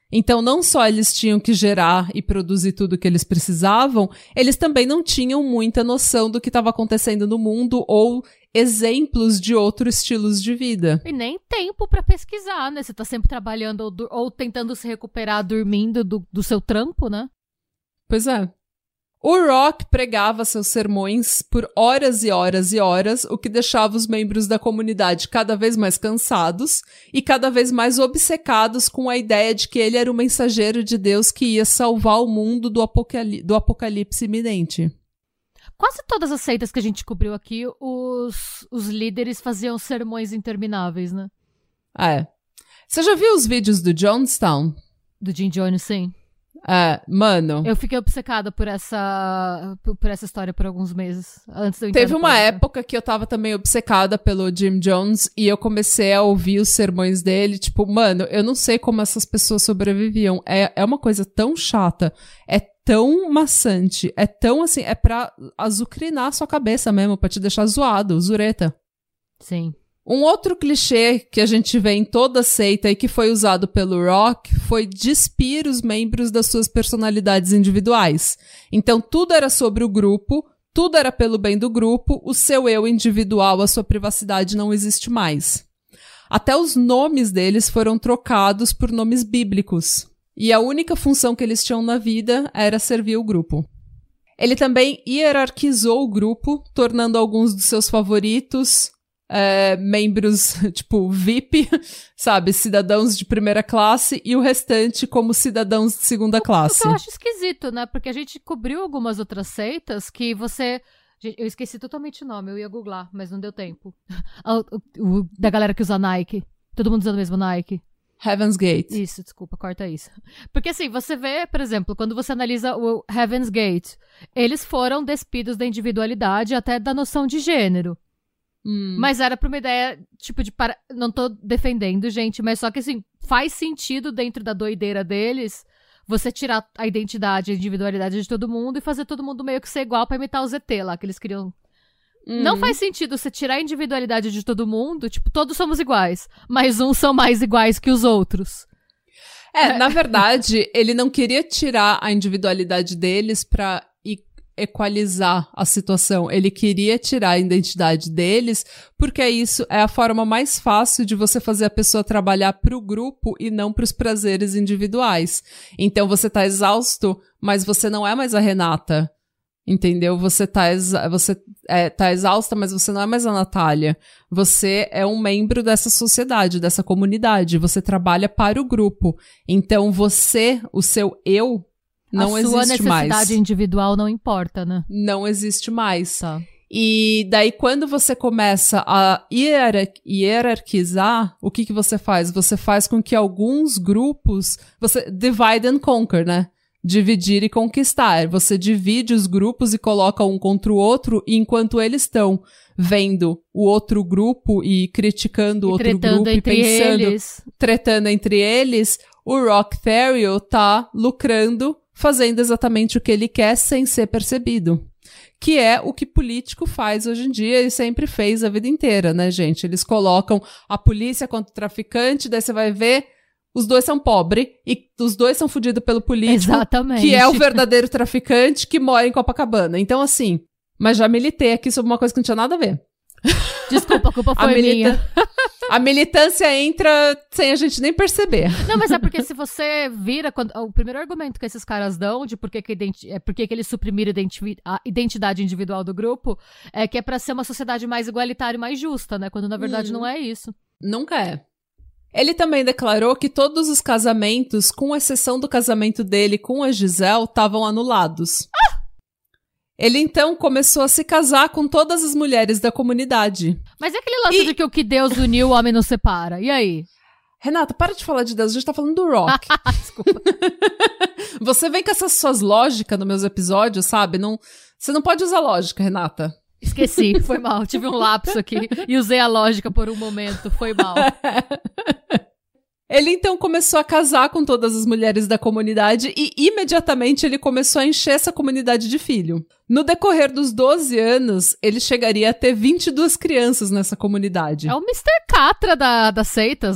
Então, não só eles tinham que gerar e produzir tudo o que eles precisavam, eles também não tinham muita noção do que estava acontecendo no mundo ou exemplos de outros estilos de vida. E nem tempo pra pesquisar, né? Você tá sempre trabalhando ou tentando se recuperar dormindo do seu trampo, né? Pois é. O Rock pregava seus sermões por horas e horas e horas, o que deixava os membros da comunidade cada vez mais cansados e cada vez mais obcecados com a ideia de que ele era o mensageiro de Deus que ia salvar o mundo do apocalipse iminente. Quase todas as seitas que a gente cobriu aqui, os líderes faziam sermões intermináveis, né? É. Você já viu os vídeos do Jonestown? Do Jim Jones, sim. É, mano. Eu fiquei obcecada por essa história por alguns meses, antes de eu Teve uma época que eu tava também obcecada pelo Jim Jones e eu comecei a ouvir os sermões dele, tipo, mano, eu não sei como essas pessoas sobreviviam. É uma coisa tão chata, é tão maçante, é tão assim, é pra azucrinar a sua cabeça mesmo, pra te deixar zoado, zureta. Sim. Um outro clichê que a gente vê em toda seita e que foi usado pelo Rock foi despir os membros das suas personalidades individuais. Então tudo era sobre o grupo, tudo era pelo bem do grupo, o seu eu individual, a sua privacidade não existe mais. Até os nomes deles foram trocados por nomes bíblicos. E a única função que eles tinham na vida era servir o grupo. Ele também hierarquizou o grupo, tornando alguns dos seus favoritos membros, tipo, VIP, sabe? Cidadãos de primeira classe e o restante como cidadãos de segunda classe. O que eu acho esquisito, né? Porque a gente cobriu algumas outras seitas que você... Eu esqueci totalmente o nome, eu ia googlar, mas não deu tempo. Da galera que usa Nike. Todo mundo usando o mesmo Nike. Heaven's Gate. Isso, desculpa, corta isso. Porque assim, você vê, por exemplo, quando você analisa o Heaven's Gate, eles foram despidos da individualidade até da noção de gênero. Mas era pra uma ideia, tipo, não tô defendendo, gente, mas só que, assim, faz sentido dentro da doideira deles você tirar a identidade, a individualidade de todo mundo e fazer todo mundo meio que ser igual pra imitar o ZT lá, que eles queriam. Não faz sentido você tirar a individualidade de todo mundo, tipo, todos somos iguais, mas uns são mais iguais que os outros. Na verdade, ele não queria tirar a individualidade deles pra equalizar a situação. Ele queria tirar a identidade deles, porque isso é a forma mais fácil de você fazer a pessoa trabalhar pro grupo e não pros prazeres individuais. Então você tá exausto, mas você não é mais a Renata. Entendeu? Você tá exausta, mas você não é mais a Natália. Você é um membro dessa sociedade, dessa comunidade. Você trabalha para o grupo. Então você, o seu eu, não existe mais. A sua necessidade individual não importa, né? Não existe mais. Tá. E daí, quando você começa a hierarquizar, o que você faz? Você faz com que alguns grupos... Você divide and conquer, né? Dividir e conquistar. Você divide os grupos e coloca um contra o outro, e enquanto eles estão vendo o outro grupo e criticando o outro grupo e pensando... Tretando entre eles, o Rock Theriot tá lucrando, fazendo exatamente o que ele quer sem ser percebido. Que é o que político faz hoje em dia e sempre fez a vida inteira, né, gente? Eles colocam a polícia contra o traficante, daí você vai ver, os dois são pobres e os dois são fudidos pelo político, exatamente, que é o verdadeiro traficante que mora em Copacabana. Então, assim, mas já militei aqui sobre uma coisa que não tinha nada a ver. Desculpa, a culpa foi minha. A militância entra sem a gente nem perceber. Não, mas é porque se você vira... o primeiro argumento que esses caras dão de por que eles suprimiram a identidade individual do grupo é que é pra ser uma sociedade mais igualitária e mais justa, né? Quando na verdade não é isso. Nunca é. Ele também declarou que todos os casamentos, com exceção do casamento dele com a Gisele, estavam anulados. Ele, então, começou a se casar com todas as mulheres da comunidade. Mas é aquele lance de que o que Deus uniu, o homem não separa. E aí? Renata, para de falar de Deus, a gente tá falando do Rock. Desculpa. Você vem com essas suas lógicas nos meus episódios, sabe? Você não pode usar lógica, Renata. Esqueci, foi mal. Tive um lapso aqui e usei a lógica por um momento. Foi mal. Ele, então, começou a casar com todas as mulheres da comunidade e, imediatamente, ele começou a encher essa comunidade de filho. No decorrer dos 12 anos, ele chegaria a ter 22 crianças nessa comunidade. É o Mr. Catra das seitas, né?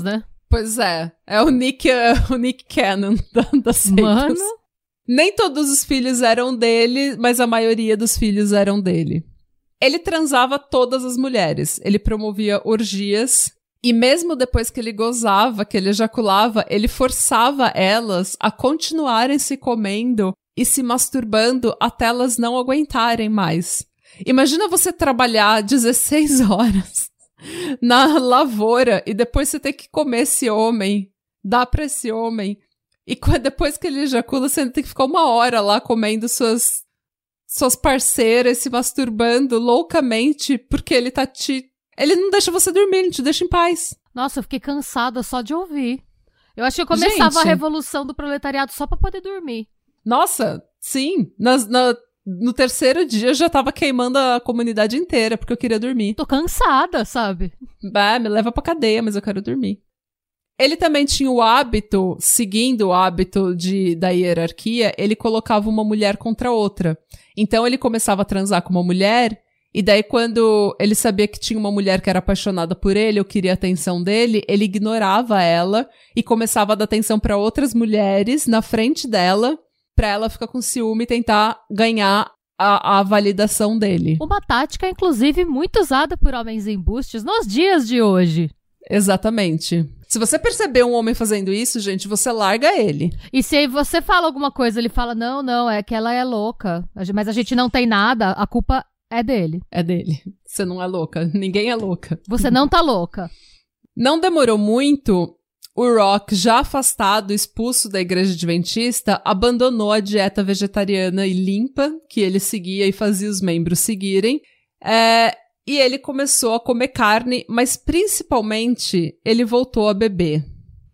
Pois é o Nick Cannon das seitas. Mano. Nem todos os filhos eram dele, mas a maioria dos filhos eram dele. Ele transava todas as mulheres, ele promovia orgias, e mesmo depois que ele gozava, que ele ejaculava, ele forçava elas a continuarem se comendo e se masturbando até elas não aguentarem mais. Imagina você trabalhar 16 horas na lavoura e depois você ter que comer esse homem, dar pra esse homem. E depois que ele ejacula, você tem que ficar 1 hora lá comendo suas parceiras, se masturbando loucamente, porque ele tá ele não deixa você dormir, ele te deixa em paz. Nossa, eu fiquei cansada só de ouvir. Eu acho que eu começava a revolução do proletariado só pra poder dormir. Nossa, sim. No 3º dia eu já tava queimando a comunidade inteira, porque eu queria dormir. Tô cansada, sabe? Me leva pra cadeia, mas eu quero dormir. Ele também tinha o hábito, seguindo o hábito da hierarquia, ele colocava uma mulher contra outra. Então ele começava a transar com uma mulher, e daí quando ele sabia que tinha uma mulher que era apaixonada por ele, ou queria a atenção dele, ele ignorava ela e começava a dar atenção pra outras mulheres na frente dela, pra ela ficar com ciúme e tentar ganhar a validação dele. Uma tática, inclusive, muito usada por homens embustes nos dias de hoje. Exatamente. Se você perceber um homem fazendo isso, gente, você larga ele. E se você fala alguma coisa, ele fala, não, é que ela é louca, mas a gente não tem nada, a culpa é dele. É dele. Você não é louca. Ninguém é louca. Você não tá louca. Não demorou muito, o Rock, já afastado, expulso da igreja adventista, abandonou a dieta vegetariana e limpa que ele seguia e fazia os membros seguirem. E ele começou a comer carne, mas principalmente ele voltou a beber.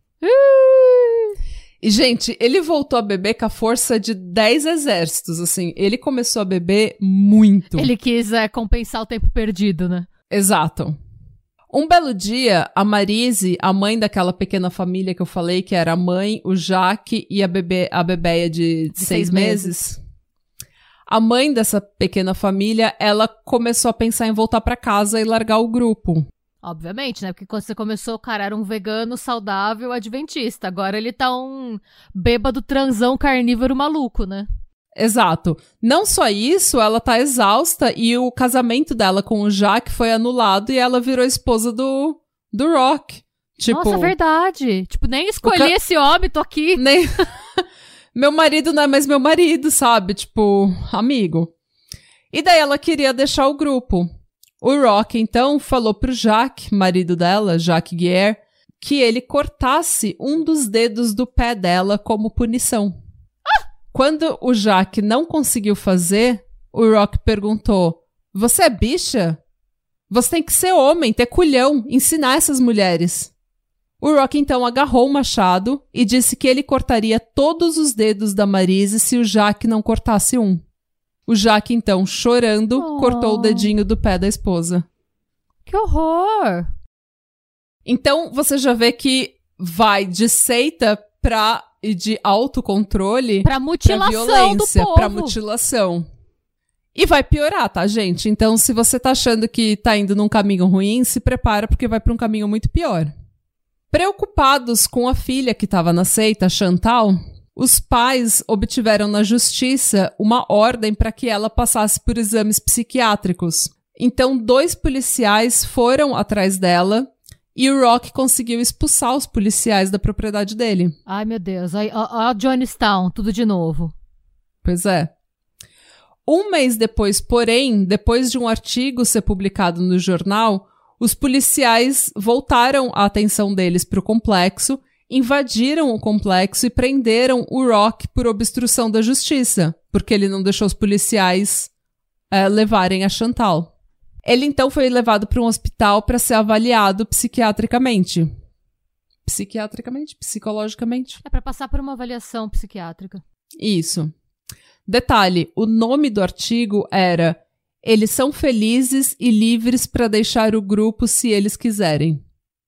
E, gente, ele voltou a beber com a força de 10 exércitos, assim. Ele começou a beber muito. Ele quis compensar o tempo perdido, né? Exato. Um belo dia, a Marise, a mãe daquela pequena família que eu falei, que era a mãe, o Jaque e a bebeia de 6 meses. A mãe dessa pequena família, ela começou a pensar em voltar pra casa e largar o grupo. Obviamente, né? Porque quando você começou, o cara era um vegano saudável adventista. Agora ele tá um bêbado transão carnívoro maluco, né? Exato. Não só isso, ela tá exausta e o casamento dela com o Jack foi anulado e ela virou esposa do Rock. Tipo, nossa, verdade. Tipo, nem escolhi esse homem, tô aqui. Nem... Meu marido não é mais meu marido, sabe? Tipo, amigo. E daí ela queria deixar o grupo. O Rock, então, falou pro Jack, marido dela, Jack Guerre, que ele cortasse um dos dedos do pé dela como punição. Quando o Jack não conseguiu fazer, o Rock perguntou, você é bicha? Você tem que ser homem, ter culhão, ensinar essas mulheres. O Rock então agarrou o machado e disse que ele cortaria todos os dedos da Marise se o Jack não cortasse um. O Jack então, chorando, cortou o dedinho do pé da esposa. Que horror! Então você já vê que vai de seita e de autocontrole pra mutilação, pra violência, do povo. Pra mutilação. E vai piorar, tá, gente? Então se você tá achando que tá indo num caminho ruim, se prepara porque vai pra um caminho muito pior. Preocupados com a filha que estava na seita, Chantal, os pais obtiveram na justiça uma ordem para que ela passasse por exames psiquiátricos. Então, 2 policiais foram atrás dela e o Rock conseguiu expulsar os policiais da propriedade dele. Ai, meu Deus. Ó, Johnstown, tudo de novo. Pois é. Um mês depois, porém, depois de um artigo ser publicado no jornal, os policiais voltaram a atenção deles para o complexo, invadiram o complexo e prenderam o Rock por obstrução da justiça, porque ele não deixou os policiais levarem a Chantal. Ele então foi levado para um hospital para ser avaliado psiquiatricamente. Psicologicamente. É para passar por uma avaliação psiquiátrica. Isso. Detalhe, o nome do artigo era Eles são felizes e livres para deixar o grupo se eles quiserem.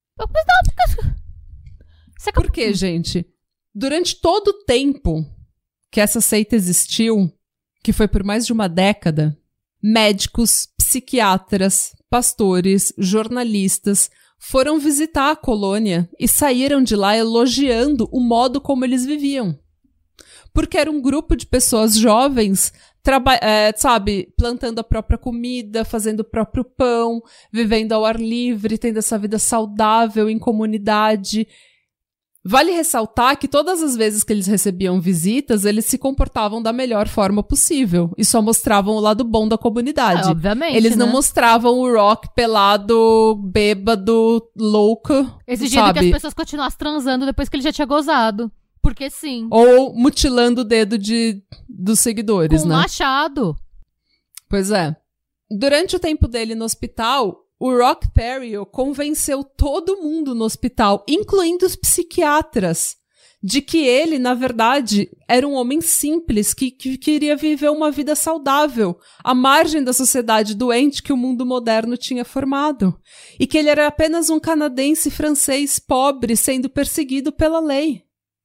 Por quê, gente? Durante todo o tempo que essa seita existiu, que foi por mais de uma década, médicos, psiquiatras, pastores, jornalistas foram visitar a colônia e saíram de lá elogiando o modo como eles viviam. Porque era um grupo de pessoas jovens, plantando a própria comida, fazendo o próprio pão, vivendo ao ar livre, tendo essa vida saudável em comunidade. Vale ressaltar que todas as vezes que eles recebiam visitas, eles se comportavam da melhor forma possível e só mostravam o lado bom da comunidade. Obviamente, eles não né? mostravam o Rock pelado, bêbado, louco, exigindo sabe? que as pessoas continuassem transando depois que ele já tinha gozado. Porque sim. Ou mutilando o dedo dos seguidores, Com né? um machado. Pois é. Durante o tempo dele no hospital, o Rock Terrio convenceu todo mundo no hospital, incluindo os psiquiatras, de que ele, na verdade, era um homem simples que queria viver uma vida saudável, à margem da sociedade doente que o mundo moderno tinha formado. E que ele era apenas um canadense francês pobre sendo perseguido pela lei.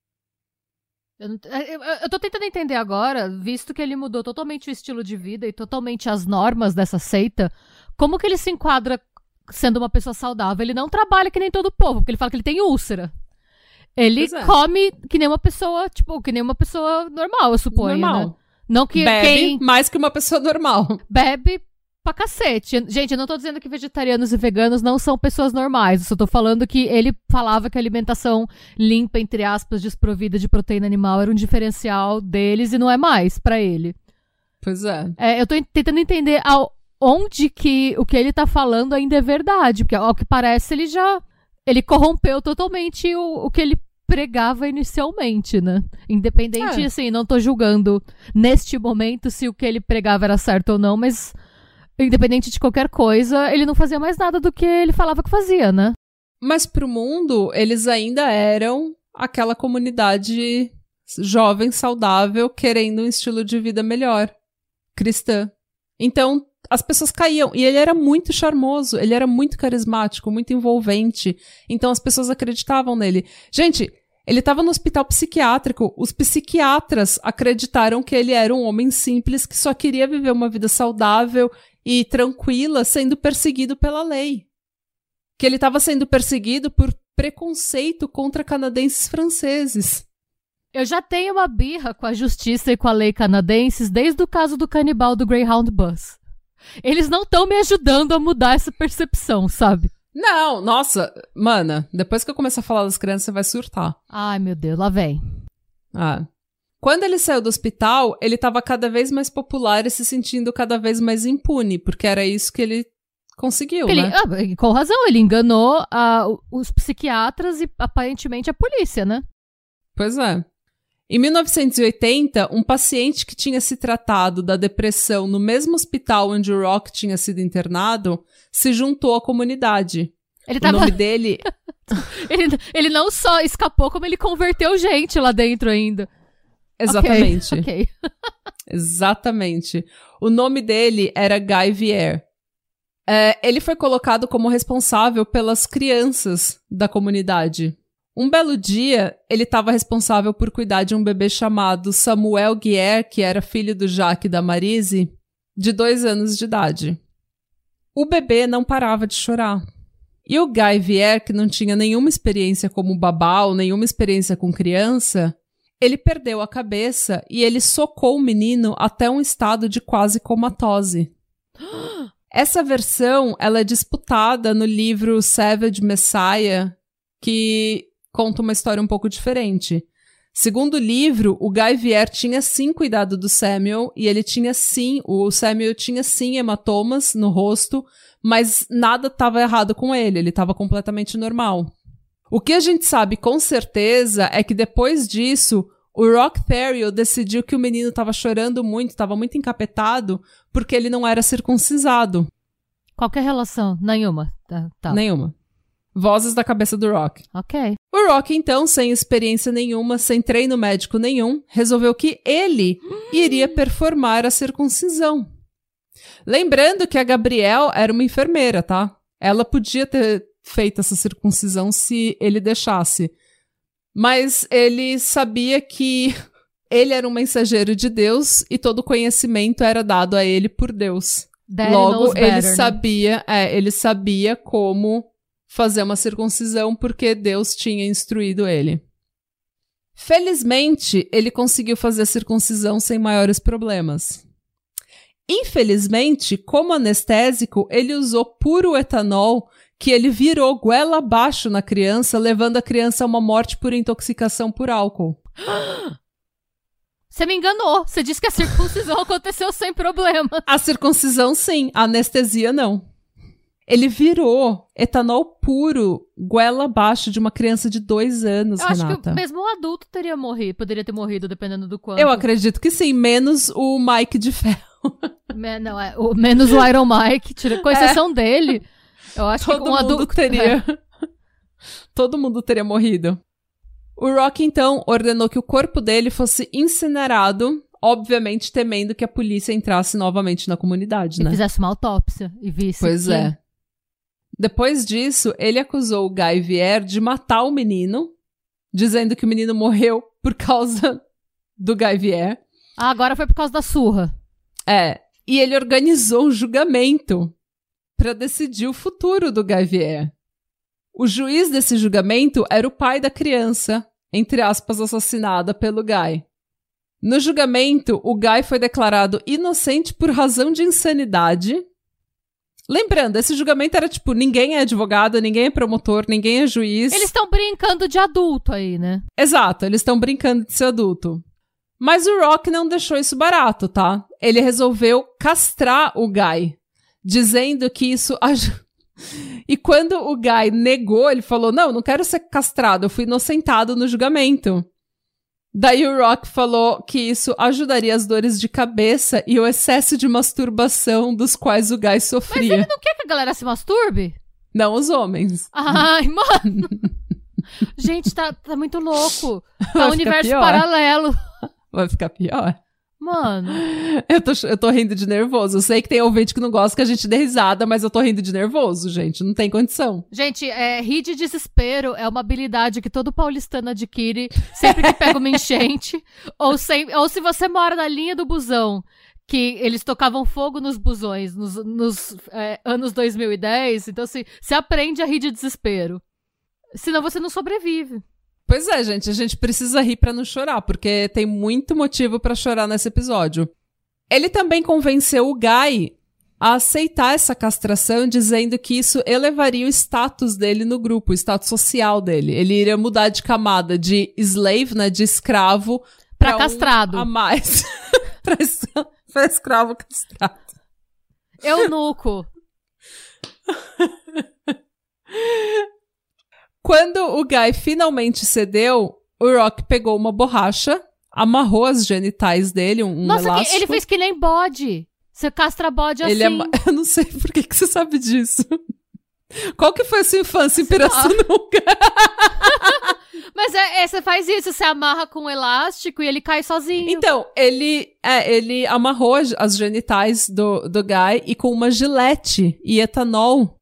Eu tô tentando entender agora, visto que ele mudou totalmente o estilo de vida e totalmente as normas dessa seita, como que ele se enquadra sendo uma pessoa saudável? Ele não trabalha que nem todo o povo, porque ele fala que ele tem úlcera. Ele come que nem uma pessoa, que nem uma pessoa normal, eu suponho, normal. Né? Não que bebe mais que uma pessoa normal. Bebe pra cacete. Gente, eu não tô dizendo que vegetarianos e veganos não são pessoas normais. Eu só tô falando que ele falava que a alimentação limpa, entre aspas, desprovida de proteína animal era um diferencial deles e não é mais pra ele. Pois é. Eu tô tentando entender onde que o que ele tá falando ainda é verdade. Porque, ao que parece, ele corrompeu totalmente o que ele pregava inicialmente, né? Independente, assim, não tô julgando neste momento se o que ele pregava era certo ou não, mas independente de qualquer coisa, ele não fazia mais nada do que ele falava que fazia, né? Mas pro mundo, eles ainda eram aquela comunidade jovem, saudável, querendo um estilo de vida melhor, cristã. Então, as pessoas caíam. E ele era muito charmoso, ele era muito carismático, muito envolvente. Então, as pessoas acreditavam nele. Gente, ele estava no hospital psiquiátrico. Os psiquiatras acreditaram que ele era um homem simples que só queria viver uma vida saudável e tranquila, sendo perseguido pela lei. Que ele estava sendo perseguido por preconceito contra canadenses franceses. Eu já tenho uma birra com a justiça e com a lei canadenses desde o caso do canibal do Greyhound Bus. Eles não estão me ajudando a mudar essa percepção, sabe? Não, nossa, mana, depois que eu começar a falar das crianças, você vai surtar. Ai, meu Deus, lá vem. Quando ele saiu do hospital, ele estava cada vez mais popular e se sentindo cada vez mais impune, porque era isso que ele conseguiu, né? Com razão, ele enganou os psiquiatras e aparentemente a polícia, né? Pois é. Em 1980, um paciente que tinha se tratado da depressão no mesmo hospital onde o Rock tinha sido internado, se juntou à comunidade. O nome dele... ele não só escapou, como ele converteu gente lá dentro ainda. Exatamente. Ok. Exatamente. O nome dele era Guy Vier. Ele foi colocado como responsável pelas crianças da comunidade. Um belo dia, ele estava responsável por cuidar de um bebê chamado Samuel Guier, que era filho do Jacques e da Marise, de 2 anos de idade. O bebê não parava de chorar. E o Guy Vier, que não tinha nenhuma experiência como babá ou nenhuma experiência com criança, ele perdeu a cabeça e ele socou o menino até um estado de quase comatose. Essa versão, ela é disputada no livro Savage Messiah, que conta uma história um pouco diferente. Segundo o livro, o Guy Vier tinha sim cuidado do Samuel e o Samuel tinha sim hematomas no rosto, mas nada estava errado com ele estava completamente normal. O que a gente sabe com certeza é que depois disso, o Rock Terrio decidiu que o menino estava chorando muito, estava muito encapetado, porque ele não era circuncisado. Qual que é a relação? Nenhuma. Tá. Nenhuma. Vozes da cabeça do Rock. Ok. O Rock, então, sem experiência nenhuma, sem treino médico nenhum, resolveu que ele iria performar a circuncisão. Lembrando que a Gabrielle era uma enfermeira, tá? Ela podia ter feito essa circuncisão se ele deixasse. Mas ele sabia que ele era um mensageiro de Deus e todo conhecimento era dado a ele por Deus. Daddy Logo, knows better, ele sabia como fazer uma circuncisão porque Deus tinha instruído ele. Felizmente, ele conseguiu fazer a circuncisão sem maiores problemas. Infelizmente, como anestésico, ele usou puro etanol que ele virou goela abaixo na criança, levando a criança a uma morte por intoxicação por álcool. Você me enganou. Você disse que a circuncisão aconteceu sem problema. A circuncisão, sim. A anestesia, não. Ele virou etanol puro, goela abaixo de uma criança de 2 anos, Eu Renata. acho que mesmo um adulto poderia ter morrido, dependendo do quanto. Eu acredito que sim, menos o Mike de Ferro. Menos o Iron Mike, com exceção dele. Eu acho Todo que um adulto teria... Todo mundo teria morrido. O Rock, então, ordenou que o corpo dele fosse incinerado, obviamente temendo que a polícia entrasse novamente na comunidade, né? E fizesse uma autópsia e visse. Pois é. Depois disso, ele acusou o Guy Vier de matar o menino, dizendo que o menino morreu por causa do Guy Vier. Ah, agora foi por causa da surra. E ele organizou um julgamento para decidir o futuro do Guy Vier. O juiz desse julgamento era o pai da criança, entre aspas, assassinada pelo Guy. No julgamento, o Guy foi declarado inocente por razão de insanidade. Lembrando, esse julgamento era tipo, ninguém é advogado, ninguém é promotor, ninguém é juiz. Eles estão brincando de adulto aí, né? Exato, eles estão brincando de ser adulto. Mas o Rock não deixou isso barato, tá? Ele resolveu castrar o Guy, dizendo que isso... E quando o Guy negou, ele falou, não quero ser castrado, eu fui inocentado no julgamento. Daí o Rock falou que isso ajudaria as dores de cabeça e o excesso de masturbação dos quais o Guy sofria. Mas ele não quer que a galera se masturbe? Não os homens. Ai, mano. Gente, tá muito louco. Tá um universo pior. paralelo. Vai ficar pior. Mano. Eu tô rindo de nervoso. Eu sei que tem ouvinte que não gosta que a gente dê risada, mas eu tô rindo de nervoso, gente. Não tem condição. Gente, rir de desespero é uma habilidade que todo paulistano adquire sempre que pega uma enchente. Ou se você mora na linha do busão, que eles tocavam fogo nos busões nos anos 2010. Então, assim, você aprende a rir de desespero. Senão você não sobrevive. Pois é, gente, a gente precisa rir pra não chorar, porque tem muito motivo pra chorar nesse episódio. Ele também convenceu o Guy a aceitar essa castração, dizendo que isso elevaria o status dele no grupo, o status social dele. Ele iria mudar de camada de slave, né, de escravo, pra castrado. A mais. pra escravo castrado. Eunuco. Quando o Guy finalmente cedeu, o Rock pegou uma borracha, amarrou as genitais dele, um Nossa, elástico. ele fez que nem bode. Você castra bode assim. Eu não sei por que você sabe disso. Qual que foi a sua infância em Pirassununga? Mas você faz isso, você amarra com um elástico e ele cai sozinho. Então, ele amarrou as genitais do Guy e com uma gilete e etanol.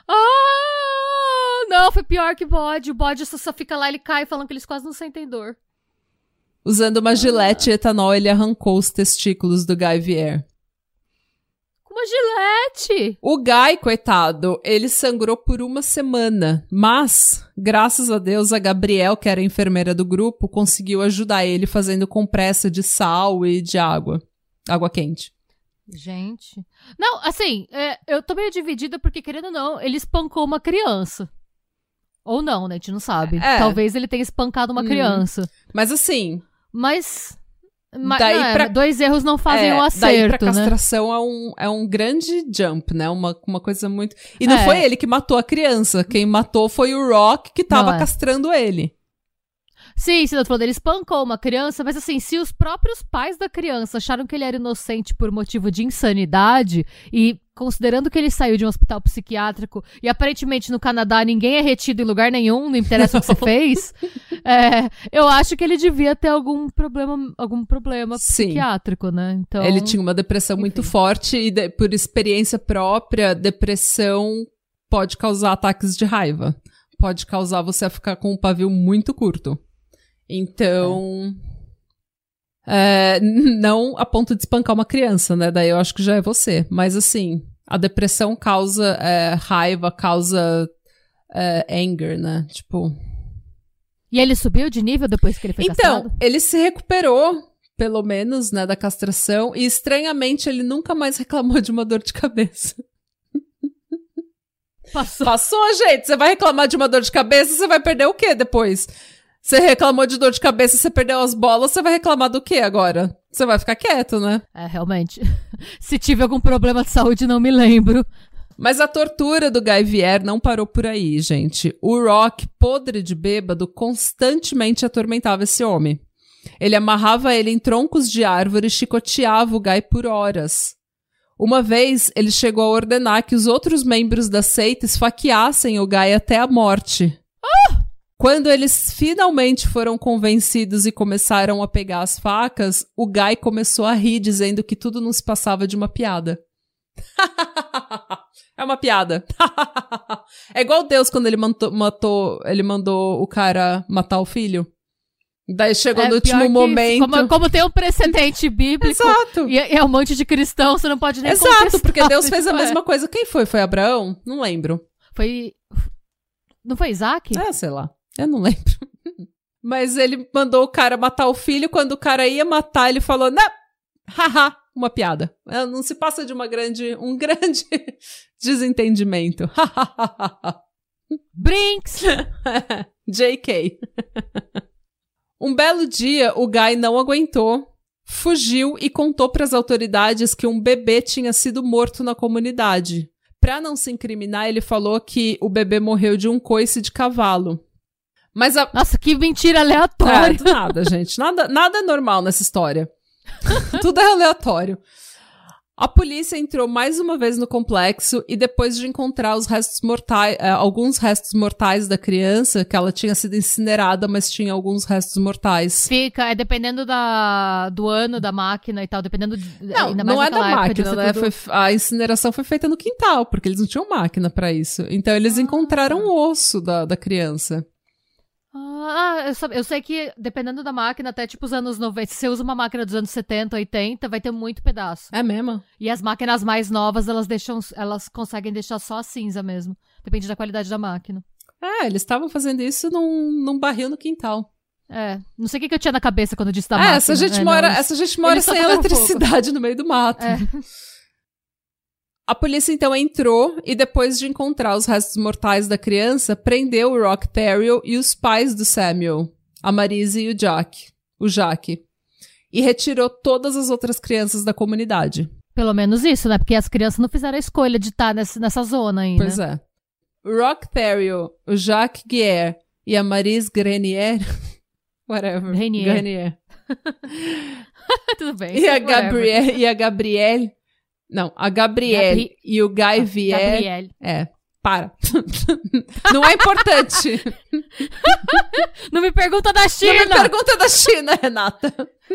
Não, foi pior que bode. O bode só fica lá, ele cai falando que eles quase não sentem dor. Usando uma gilete e etanol, ele arrancou os testículos do Guy Vier. Com uma gilete! O Guy, coitado, ele sangrou por 1 semana. Mas, graças a Deus, a Gabrielle, que era a enfermeira do grupo, conseguiu ajudar ele fazendo compressa de sal e de água. Água quente. Gente. Não, assim, eu tô meio dividida porque, querendo ou não, ele espancou uma criança. Ou não, né? A gente não sabe. Talvez ele tenha espancado uma criança. Mas assim... Mas daí 2 erros não fazem um acerto, daí pra castração, né? é um grande jump, né? Uma coisa muito... E não foi ele que matou a criança. Quem matou foi o Rock, que tava castrando ele. Sim, você falou dele espancou uma criança, mas assim, se os próprios pais da criança acharam que ele era inocente por motivo de insanidade, e considerando que ele saiu de um hospital psiquiátrico, e aparentemente no Canadá ninguém é retido em lugar nenhum, não interessa o que você fez, eu acho que ele devia ter algum problema psiquiátrico, né? Então, ele tinha uma depressão muito forte e por experiência própria, depressão pode causar ataques de raiva. Pode causar você a ficar com um pavio muito curto. Então, não a ponto de espancar uma criança, né? Daí eu acho que já é você. Mas assim, a depressão causa raiva, causa anger, né? Tipo... E ele subiu de nível depois que ele foi castrado? Então, ele se recuperou, pelo menos, né, da castração, e estranhamente ele nunca mais reclamou de uma dor de cabeça. Passou, gente! Você vai reclamar de uma dor de cabeça, você vai perder o quê depois? Você reclamou de dor de cabeça, você perdeu as bolas, você vai reclamar do quê agora? Você vai ficar quieto, né? É, realmente. Se tive algum problema de saúde, não me lembro. Mas a tortura do Guy Vier não parou por aí, gente. O Rock, podre de bêbado, constantemente atormentava esse homem. Ele amarrava ele em troncos de árvore e chicoteava o Guy por horas. Uma vez, ele chegou a ordenar que os outros membros da seita esfaqueassem o Guy até a morte. Quando eles finalmente foram convencidos e começaram a pegar as facas, o Guy começou a rir, dizendo que tudo não se passava de uma piada. É uma piada. É igual Deus quando ele mandou o cara matar o filho. Daí chegou no último momento. Como tem um precedente bíblico. Exato. E é um monte de cristão, você não pode nem Exato, contestar. porque Deus fez a mesma coisa. Quem foi? Foi Abraão? Não lembro. Não foi Isaac? Sei lá. Eu não lembro. Mas ele mandou o cara matar o filho. Quando o cara ia matar, ele falou: não, haha, uma piada. Não se passa de um grande desentendimento. Brinks! JK. Um belo dia, o Guy não aguentou, fugiu e contou para as autoridades que um bebê tinha sido morto na comunidade. Para não se incriminar, ele falou que o bebê morreu de um coice de cavalo. Mas Nossa, que mentira aleatória. Do nada, gente. Nada é normal nessa história. Tudo é aleatório. A polícia entrou mais uma vez no complexo e depois de encontrar os restos mortais, alguns restos mortais da criança, que ela tinha sido incinerada, mas tinha alguns restos mortais. Dependendo do ano da máquina e tal, dependendo não é da máquina, né? A incineração foi feita no quintal, porque eles não tinham máquina pra isso. Então eles encontraram o osso da criança. Eu sei que dependendo da máquina, até tipo os anos 90, se você usa uma máquina dos anos 70, 80, vai ter muito pedaço. É mesmo? E as máquinas mais novas, elas conseguem deixar só a cinza mesmo. Depende da qualidade da máquina. Eles estavam fazendo isso num barril no quintal. Não sei o que eu tinha na cabeça quando eu disse da máquina. Essa gente mora sem eletricidade no meio do mato. A polícia então entrou e depois de encontrar os restos mortais da criança, prendeu o Rock Terrell e os pais do Samuel, a Marise e o Jack, e retirou todas as outras crianças da comunidade. Pelo menos isso, né? Porque as crianças não fizeram a escolha de estar nessa zona ainda. Pois é. O Rock Terrell, o Jacques Guier e a Marise Grenier, whatever. Grenier. Tudo bem. E a Gabrielle. Não, a Gabrielle e o Guy Vier... Gabrielle. Para. Não é importante. Não me pergunta da China. Não me pergunta da China, Renata.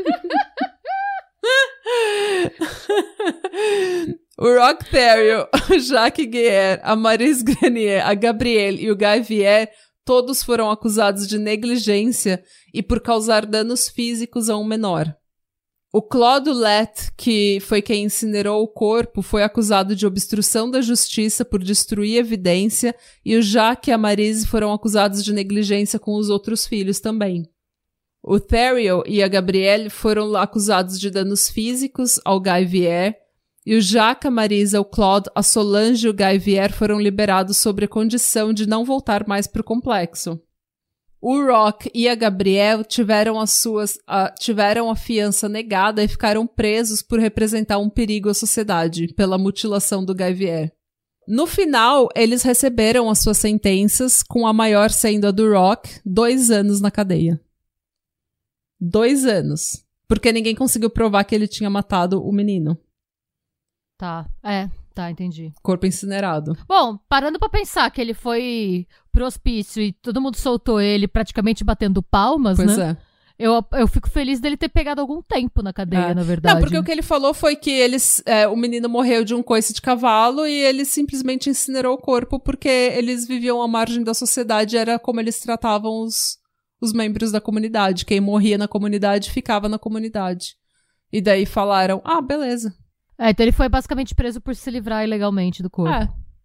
O Rock Terrell, o Jacques Guier, a Marise Grenier, a Gabrielle e o Guy Vier, todos foram acusados de negligência e por causar danos físicos a um menor. O Claude Ouellette, que foi quem incinerou o corpo, foi acusado de obstrução da justiça por destruir evidência, e o Jacques e a Marise foram acusados de negligência com os outros filhos também. O Terrell e a Gabrielle foram acusados de danos físicos ao Guy Vier, e o Jacques, a Marisa, o Claude, a Solange e o Guy Vier foram liberados sob a condição de não voltar mais para o complexo. O Rock e a Gabrielle tiveram a fiança negada e ficaram presos por representar um perigo à sociedade, pela mutilação do Guy Vier. No final, eles receberam as suas sentenças, com a maior sendo a do Rock, 2 anos na cadeia. 2 anos. Porque ninguém conseguiu provar que ele tinha matado o menino. Tá, entendi. Corpo incinerado. Bom, parando pra pensar que ele foi pro hospício e todo mundo soltou ele praticamente batendo palmas, pois né? Eu fico feliz dele ter pegado algum tempo na cadeia, na verdade. Não, porque o que ele falou foi que o menino morreu de um coice de cavalo e ele simplesmente incinerou o corpo porque eles viviam à margem da sociedade, era como eles tratavam os membros da comunidade. Quem morria na comunidade ficava na comunidade. E daí falaram, beleza. Então ele foi basicamente preso por se livrar ilegalmente do corpo.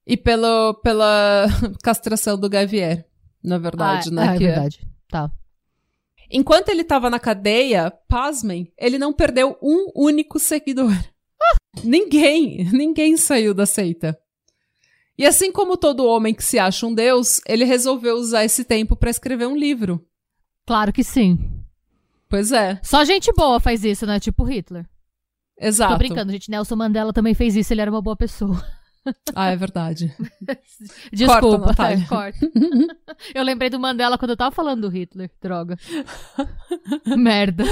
E pela castração do Gavier, na verdade, né? É verdade. Tá. Enquanto ele tava na cadeia, pasmem, ele não perdeu um único seguidor. Ninguém saiu da seita. E assim como todo homem que se acha um deus, ele resolveu usar esse tempo pra escrever um livro. Claro que sim. Pois é. Só gente boa faz isso, né? Tipo Hitler. Exato. Tô brincando, gente. Nelson Mandela também fez isso, ele era uma boa pessoa. Ah, é verdade. Desculpa, Corta, Natália. corta. Eu lembrei do Mandela quando eu tava falando do Hitler. Droga. Merda.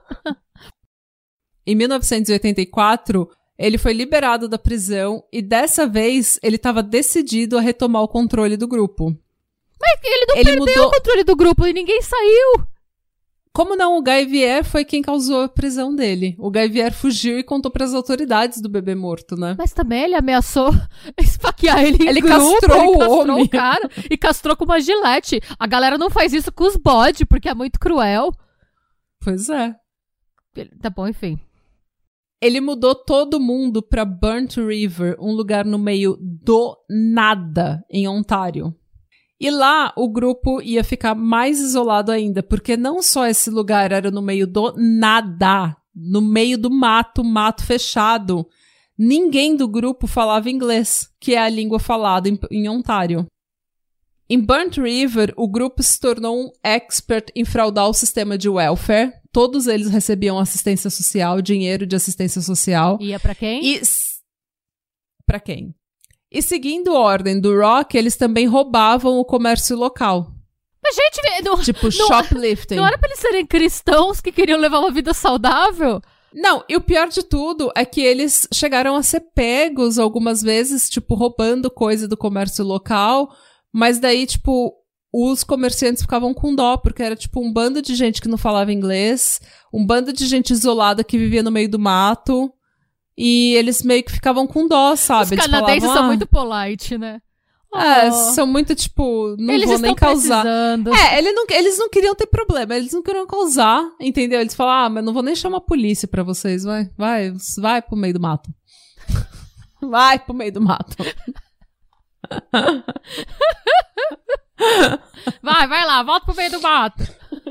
Em 1984, ele foi liberado da prisão e dessa vez ele estava decidido a retomar o controle do grupo. Mas ele não perdeu o controle do grupo e ninguém saiu. Como não? O Gavier foi quem causou a prisão dele. O Gavier fugiu e contou para as autoridades do bebê morto, né? Mas também ele ameaçou esfaquear ele em ele grupo. Castrou ele o homem. O cara e castrou com uma gilete. A galera não faz isso com os bodes, porque é muito cruel. Pois é. Tá bom, enfim. Ele mudou todo mundo pra Burnt River, um lugar no meio do nada, em Ontário. E lá, o grupo ia ficar mais isolado ainda, porque não só esse lugar era no meio do nada, no meio do mato fechado. Ninguém do grupo falava inglês, que é a língua falada em Ontário. Em Burnt River, o grupo se tornou um expert em fraudar o sistema de welfare. Todos eles recebiam assistência social, dinheiro de assistência social. Ia pra quem? Pra quem? E seguindo a ordem do Rock, eles também roubavam o comércio local. Mas, gente, tipo shoplifting. Não era pra eles serem cristãos que queriam levar uma vida saudável? Não, e o pior de tudo é que eles chegaram a ser pegos algumas vezes, tipo, roubando coisa do comércio local, mas daí, tipo, os comerciantes ficavam com dó, porque era, tipo, um bando de gente que não falava inglês, um bando de gente isolada que vivia no meio do mato, e eles meio que ficavam com dó, sabe? Os canadenses são muito polite, né? São muito, tipo, não eles vou nem causar. Precisando. Eles não queriam ter problema, eles não queriam causar, entendeu? Eles falaram, mas não vou nem chamar a polícia pra vocês, vai pro meio do mato. Vai pro meio do mato. Vai lá, volta pro meio do mato.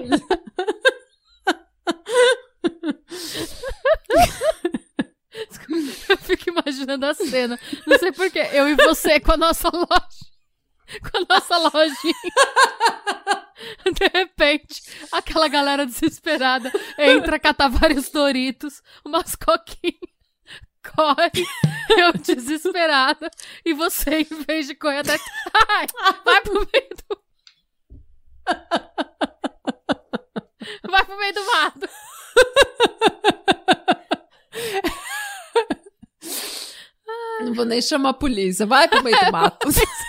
Eu fico imaginando a cena. Não sei porquê. Eu e você com a nossa loja. Com a nossa lojinha. De repente, aquela galera desesperada entra catar vários Doritos, umas coquinhas. Corre, eu desesperada. E você, em vez de correr até. Vai pro meio do. Vai pro meio do mato. Não vou nem chamar a polícia. Vai pro meio do mato.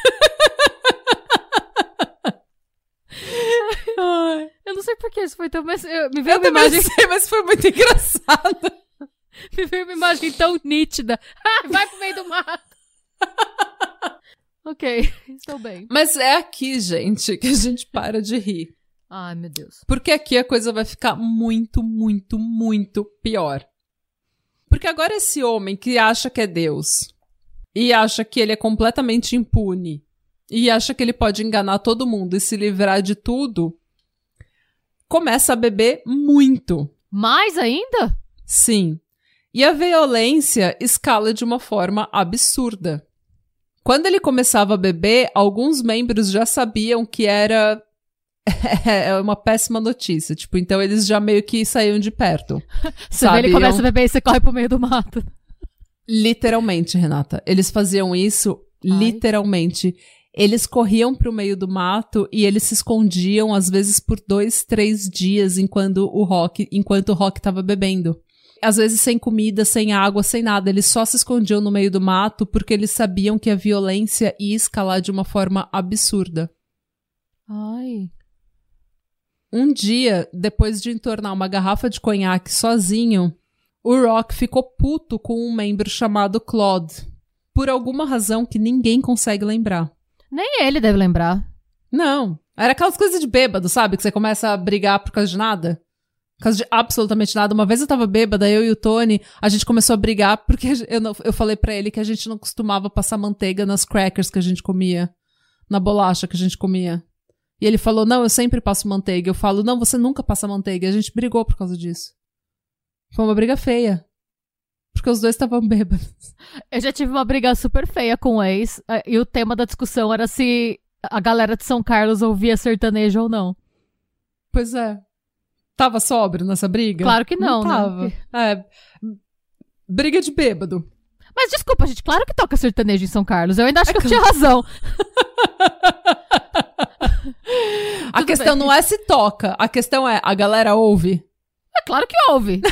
Eu não sei por que isso foi tão... Mas me veio eu uma imagem... sei, mas foi muito engraçado. Me veio uma imagem tão nítida. Vai pro meio do mato. Ok, estou bem. Mas é aqui, gente, que a gente para de rir. Ai, meu Deus. Porque aqui a coisa vai ficar muito, muito, muito pior. Porque agora esse homem que acha que é Deus e acha que ele é completamente impune e acha que ele pode enganar todo mundo e se livrar de tudo, começa a beber muito. Mais ainda? Sim. E a violência escala de uma forma absurda. Quando ele começava a beber, alguns membros já sabiam que era uma péssima notícia. Tipo, então eles já meio que saíam de perto. Você vê, ele começa a beber e você corre pro meio do mato. Literalmente, Renata. Eles faziam isso literalmente. Eles corriam pro meio do mato e eles se escondiam, às vezes, por 2, 3 dias enquanto o Rock tava bebendo. Às vezes sem comida, sem água, sem nada. Eles só se escondiam no meio do mato porque eles sabiam que a violência ia escalar de uma forma absurda. Ai. Um dia, depois de entornar uma garrafa de conhaque sozinho, o Rock ficou puto com um membro chamado Claude. Por alguma razão que ninguém consegue lembrar. Nem ele deve lembrar. Não. Era aquelas coisas de bêbado, sabe? Que você começa a brigar por causa de nada. Por causa de absolutamente nada. Uma vez eu tava bêbada, eu e o Tony, a gente começou a brigar porque eu falei pra ele que a gente não costumava passar manteiga nas crackers que a gente comia, na bolacha que a gente comia. E ele falou, não, eu sempre passo manteiga. Eu falo, não, você nunca passa manteiga. E a gente brigou por causa disso. Foi uma briga feia. Porque os dois estavam bêbados. Eu já tive uma briga super feia com o ex, e o tema da discussão era se a galera de São Carlos ouvia sertanejo ou não. Pois é. Tava sóbrio nessa briga? Claro que não, tava. né? É, briga de bêbado. Mas desculpa, gente, claro que toca sertanejo em São Carlos. Eu ainda acho que eu tinha razão. A questão não é se toca, a questão é, a galera ouve? É claro que ouve.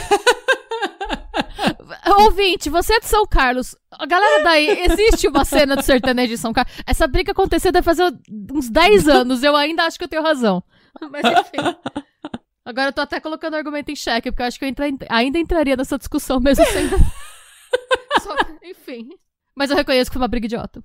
Ouvinte, você é de São Carlos. A galera daí, existe uma cena do sertanejo em São Carlos. Essa briga aconteceu deve fazer uns 10 anos. Eu ainda acho que eu tenho razão. Mas enfim. Agora eu tô até colocando o argumento em xeque, porque eu acho que eu ainda entraria nessa discussão mesmo sendo... Enfim. Mas eu reconheço que foi uma briga idiota.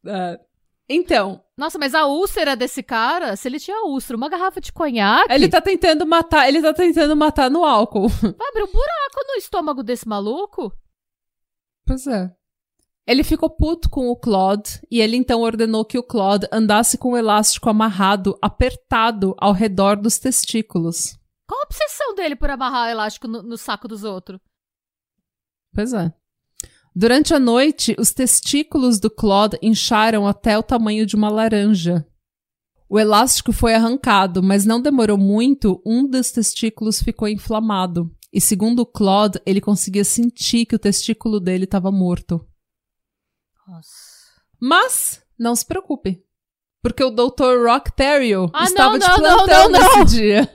Então. Nossa, mas a úlcera desse cara, se ele tinha úlcera, uma garrafa de conhaque... Ele tá tentando matar no álcool. Vai abrir um buraco no estômago desse maluco? Pois é. Ele ficou puto com o Claude e ele então ordenou que o Claude andasse com o elástico amarrado, apertado ao redor dos testículos. Qual a obsessão dele por amarrar elástico no saco dos outros? Pois é. Durante a noite, os testículos do Claude incharam até o tamanho de uma laranja. O elástico foi arrancado, mas não demorou muito, um dos testículos ficou inflamado. E segundo o Claude, ele conseguia sentir que o testículo dele estava morto. Nossa. Mas, não se preocupe, porque o Dr. Rock Terrio estava de plantão nesse dia.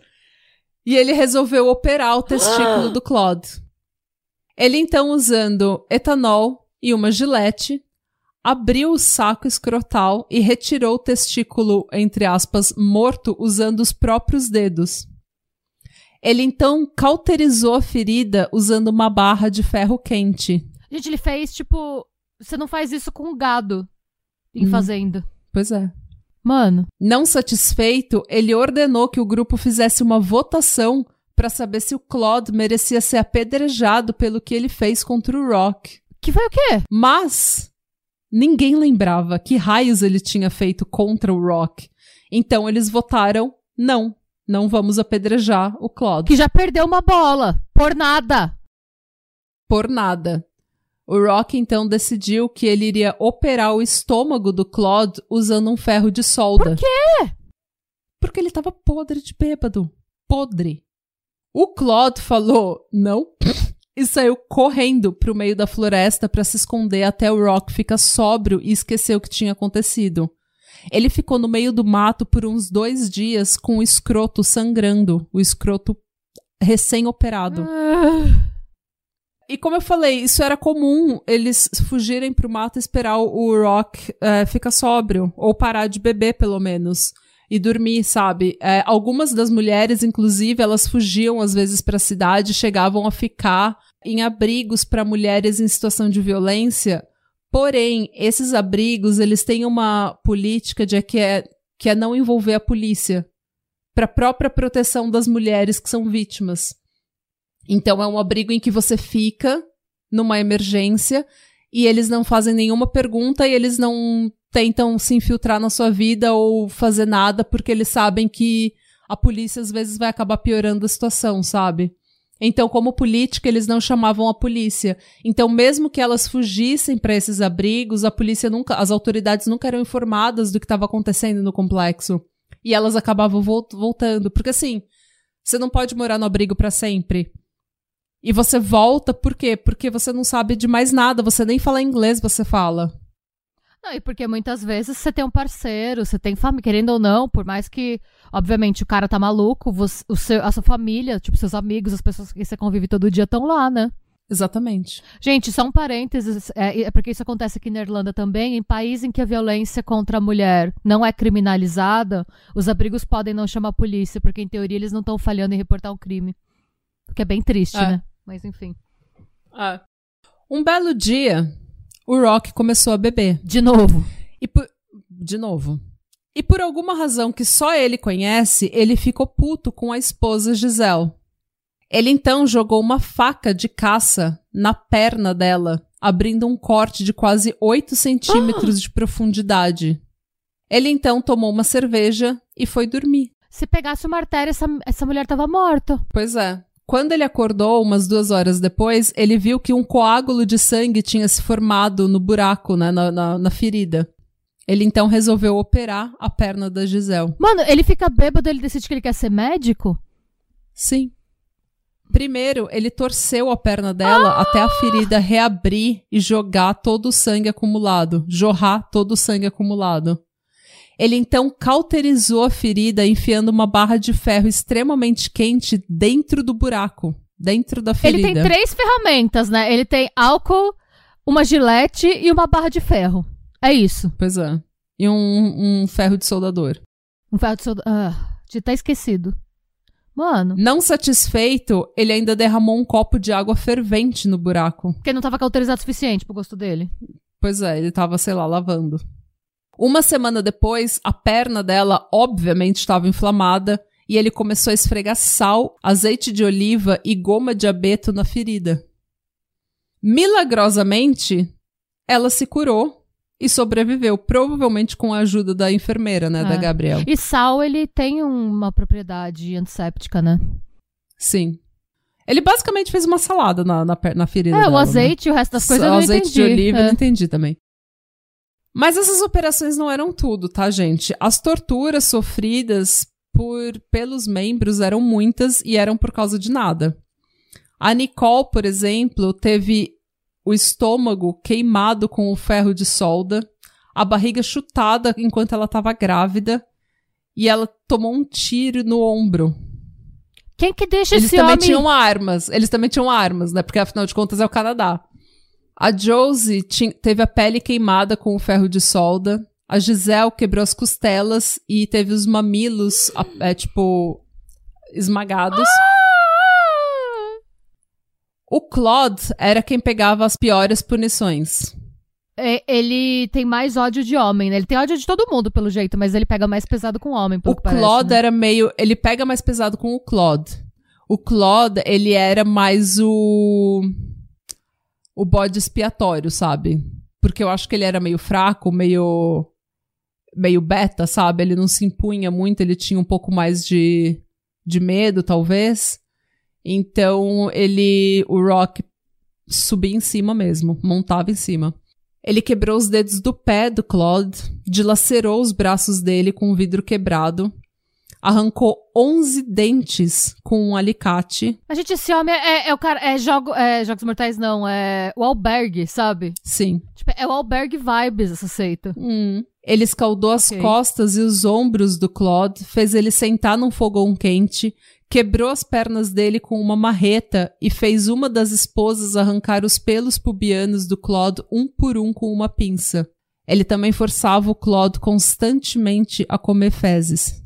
E ele resolveu operar o testículo do Claude. Ele então, usando etanol e uma gilete, abriu o saco escrotal e retirou o testículo, entre aspas, morto, usando os próprios dedos. Ele então cauterizou a ferida usando uma barra de ferro quente. Gente, ele fez, tipo... Você não faz isso com gado em fazenda. Pois é. Mano. Não satisfeito, ele ordenou que o grupo fizesse uma votação para saber se o Claude merecia ser apedrejado pelo que ele fez contra o Rock. Que foi o quê? Mas ninguém lembrava que raios ele tinha feito contra o Rock. Então eles votaram não vamos apedrejar o Claude. Que já perdeu uma bola. Por nada. Por nada. O Rock, então, decidiu que ele iria operar o estômago do Claude usando um ferro de solda. Por quê? Porque ele tava podre de bêbado. Podre. O Claude falou não e saiu correndo pro meio da floresta para se esconder até o Rock ficar sóbrio e esquecer o que tinha acontecido. Ele ficou no meio do mato por uns 2 dias com o escroto sangrando. O escroto recém-operado. E como eu falei, isso era comum, eles fugirem pro mato e esperar o Rock ficar sóbrio, ou parar de beber, pelo menos, e dormir, sabe? Algumas das mulheres, inclusive, elas fugiam, às vezes, pra cidade, chegavam a ficar em abrigos para mulheres em situação de violência, porém, esses abrigos, eles têm uma política que é não envolver a polícia, pra própria proteção das mulheres que são vítimas. Então é um abrigo em que você fica numa emergência e eles não fazem nenhuma pergunta e eles não tentam se infiltrar na sua vida ou fazer nada porque eles sabem que a polícia às vezes vai acabar piorando a situação, sabe? Então, como política, eles não chamavam a polícia. Então, mesmo que elas fugissem para esses abrigos, as autoridades nunca eram informadas do que estava acontecendo no complexo. E elas acabavam voltando. Porque assim, você não pode morar no abrigo para sempre. E você volta, por quê? Porque você não sabe de mais nada, você nem fala inglês, você fala. Não, e porque muitas vezes você tem um parceiro, você tem família, querendo ou não, por mais que, obviamente, o cara tá maluco, a sua família, tipo, seus amigos, as pessoas que você convive todo dia estão lá, né? Exatamente. Gente, só um parênteses, é porque isso acontece aqui na Irlanda também, em país em que a violência contra a mulher não é criminalizada, os abrigos podem não chamar a polícia, porque em teoria eles não estão falhando em reportar um crime. O que é bem triste, né? Mas enfim. Um belo dia, o Rock começou a beber. De novo. De novo. E por alguma razão que só ele conhece, ele ficou puto com a esposa Giselle. Ele então jogou uma faca de caça na perna dela, abrindo um corte de quase 8 centímetros de profundidade. Ele então tomou uma cerveja e foi dormir. Se pegasse uma artéria, essa mulher tava morta. Pois é. Quando ele acordou, umas 2 horas depois, ele viu que um coágulo de sangue tinha se formado no buraco, né, na ferida. Ele então resolveu operar a perna da Gisele. Mano, ele fica bêbado, ele decide que ele quer ser médico? Sim. Primeiro, ele torceu a perna dela até a ferida reabrir e jogar todo o sangue acumulado. Jorrar todo o sangue acumulado. Ele então cauterizou a ferida enfiando uma barra de ferro extremamente quente dentro do buraco. Dentro da ferida. Ele tem 3 ferramentas, né? Ele tem álcool, uma gilete e uma barra de ferro. É isso. Pois é. E um ferro de soldador. Um ferro de soldador. De tá esquecido. Mano. Não satisfeito, ele ainda derramou um copo de água fervente no buraco. Porque não tava cauterizado o suficiente pro gosto dele. Pois é, ele tava, sei lá, lavando. Uma semana depois, a perna dela, obviamente, estava inflamada e ele começou a esfregar sal, azeite de oliva e goma de abeto na ferida. Milagrosamente, ela se curou e sobreviveu, provavelmente com a ajuda da enfermeira, né, da Gabrielle. E sal, ele tem uma propriedade antisséptica, né? Sim. Ele basicamente fez uma salada na ferida dela. O azeite e o resto das coisas eu não entendi. O azeite de oliva eu não entendi também. Mas essas operações não eram tudo, tá, gente? As torturas sofridas pelos membros eram muitas e eram por causa de nada. A Nicole, por exemplo, teve o estômago queimado com o ferro de solda, a barriga chutada enquanto ela estava grávida e ela tomou um tiro no ombro. Quem que deixa Eles esse também homem... Eles também tinham armas, né? Porque afinal de contas é o Canadá. A Josie teve a pele queimada com o ferro de solda. A Gisele quebrou as costelas e teve os mamilos, esmagados. O Claude era quem pegava as piores punições. Ele tem mais ódio de homem, né? Ele tem ódio de todo mundo, pelo jeito, mas ele pega mais pesado com homem, pelo que parece. O Claude era meio... Ele pega mais pesado com o Claude. O Claude, ele era mais o bode expiatório, sabe? Porque eu acho que ele era meio fraco, meio beta, sabe? Ele não se impunha muito, ele tinha um pouco mais de medo, talvez. Então, o Rock subia em cima mesmo, montava em cima. Ele quebrou os dedos do pé do Claude, dilacerou os braços dele com um vidro quebrado, arrancou 11 dentes com um alicate. A gente, esse homem é o cara, Jogos Mortais não, é o Albergue, sabe? Sim. Tipo, é o Albergue vibes essa seita. Ele escaldou as costas e os ombros do Claude, fez ele sentar num fogão quente, quebrou as pernas dele com uma marreta e fez uma das esposas arrancar os pelos pubianos do Claude um por um com uma pinça. Ele também forçava o Claude constantemente a comer fezes.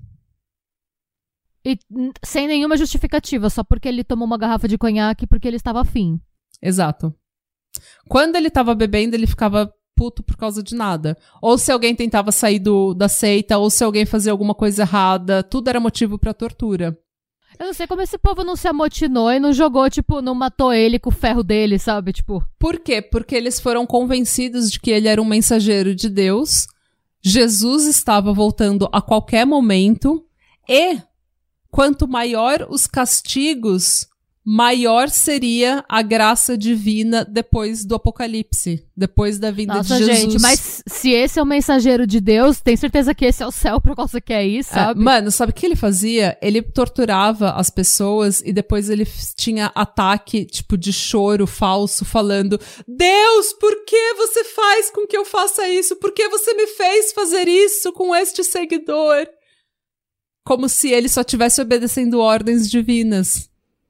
E sem nenhuma justificativa, só porque ele tomou uma garrafa de conhaque porque ele estava afim. Exato. Quando ele estava bebendo, ele ficava puto por causa de nada. Ou se alguém tentava sair da seita, ou se alguém fazia alguma coisa errada, tudo era motivo pra tortura. Eu não sei como esse povo não se amotinou e não jogou, não matou ele com o ferro dele, sabe? Por quê? Porque eles foram convencidos de que ele era um mensageiro de Deus, Jesus estava voltando a qualquer momento e quanto maior os castigos, maior seria a graça divina depois do apocalipse, depois da vinda de Jesus. Gente, mas se esse é o mensageiro de Deus, tem certeza que esse é o céu pra qual você quer ir, sabe? Mano, sabe o que ele fazia? Ele torturava as pessoas e depois ele tinha ataque, de choro falso, falando: Deus, por que você faz com que eu faça isso? Por que você me fez fazer isso com este seguidor? Como se ele só estivesse obedecendo ordens divinas.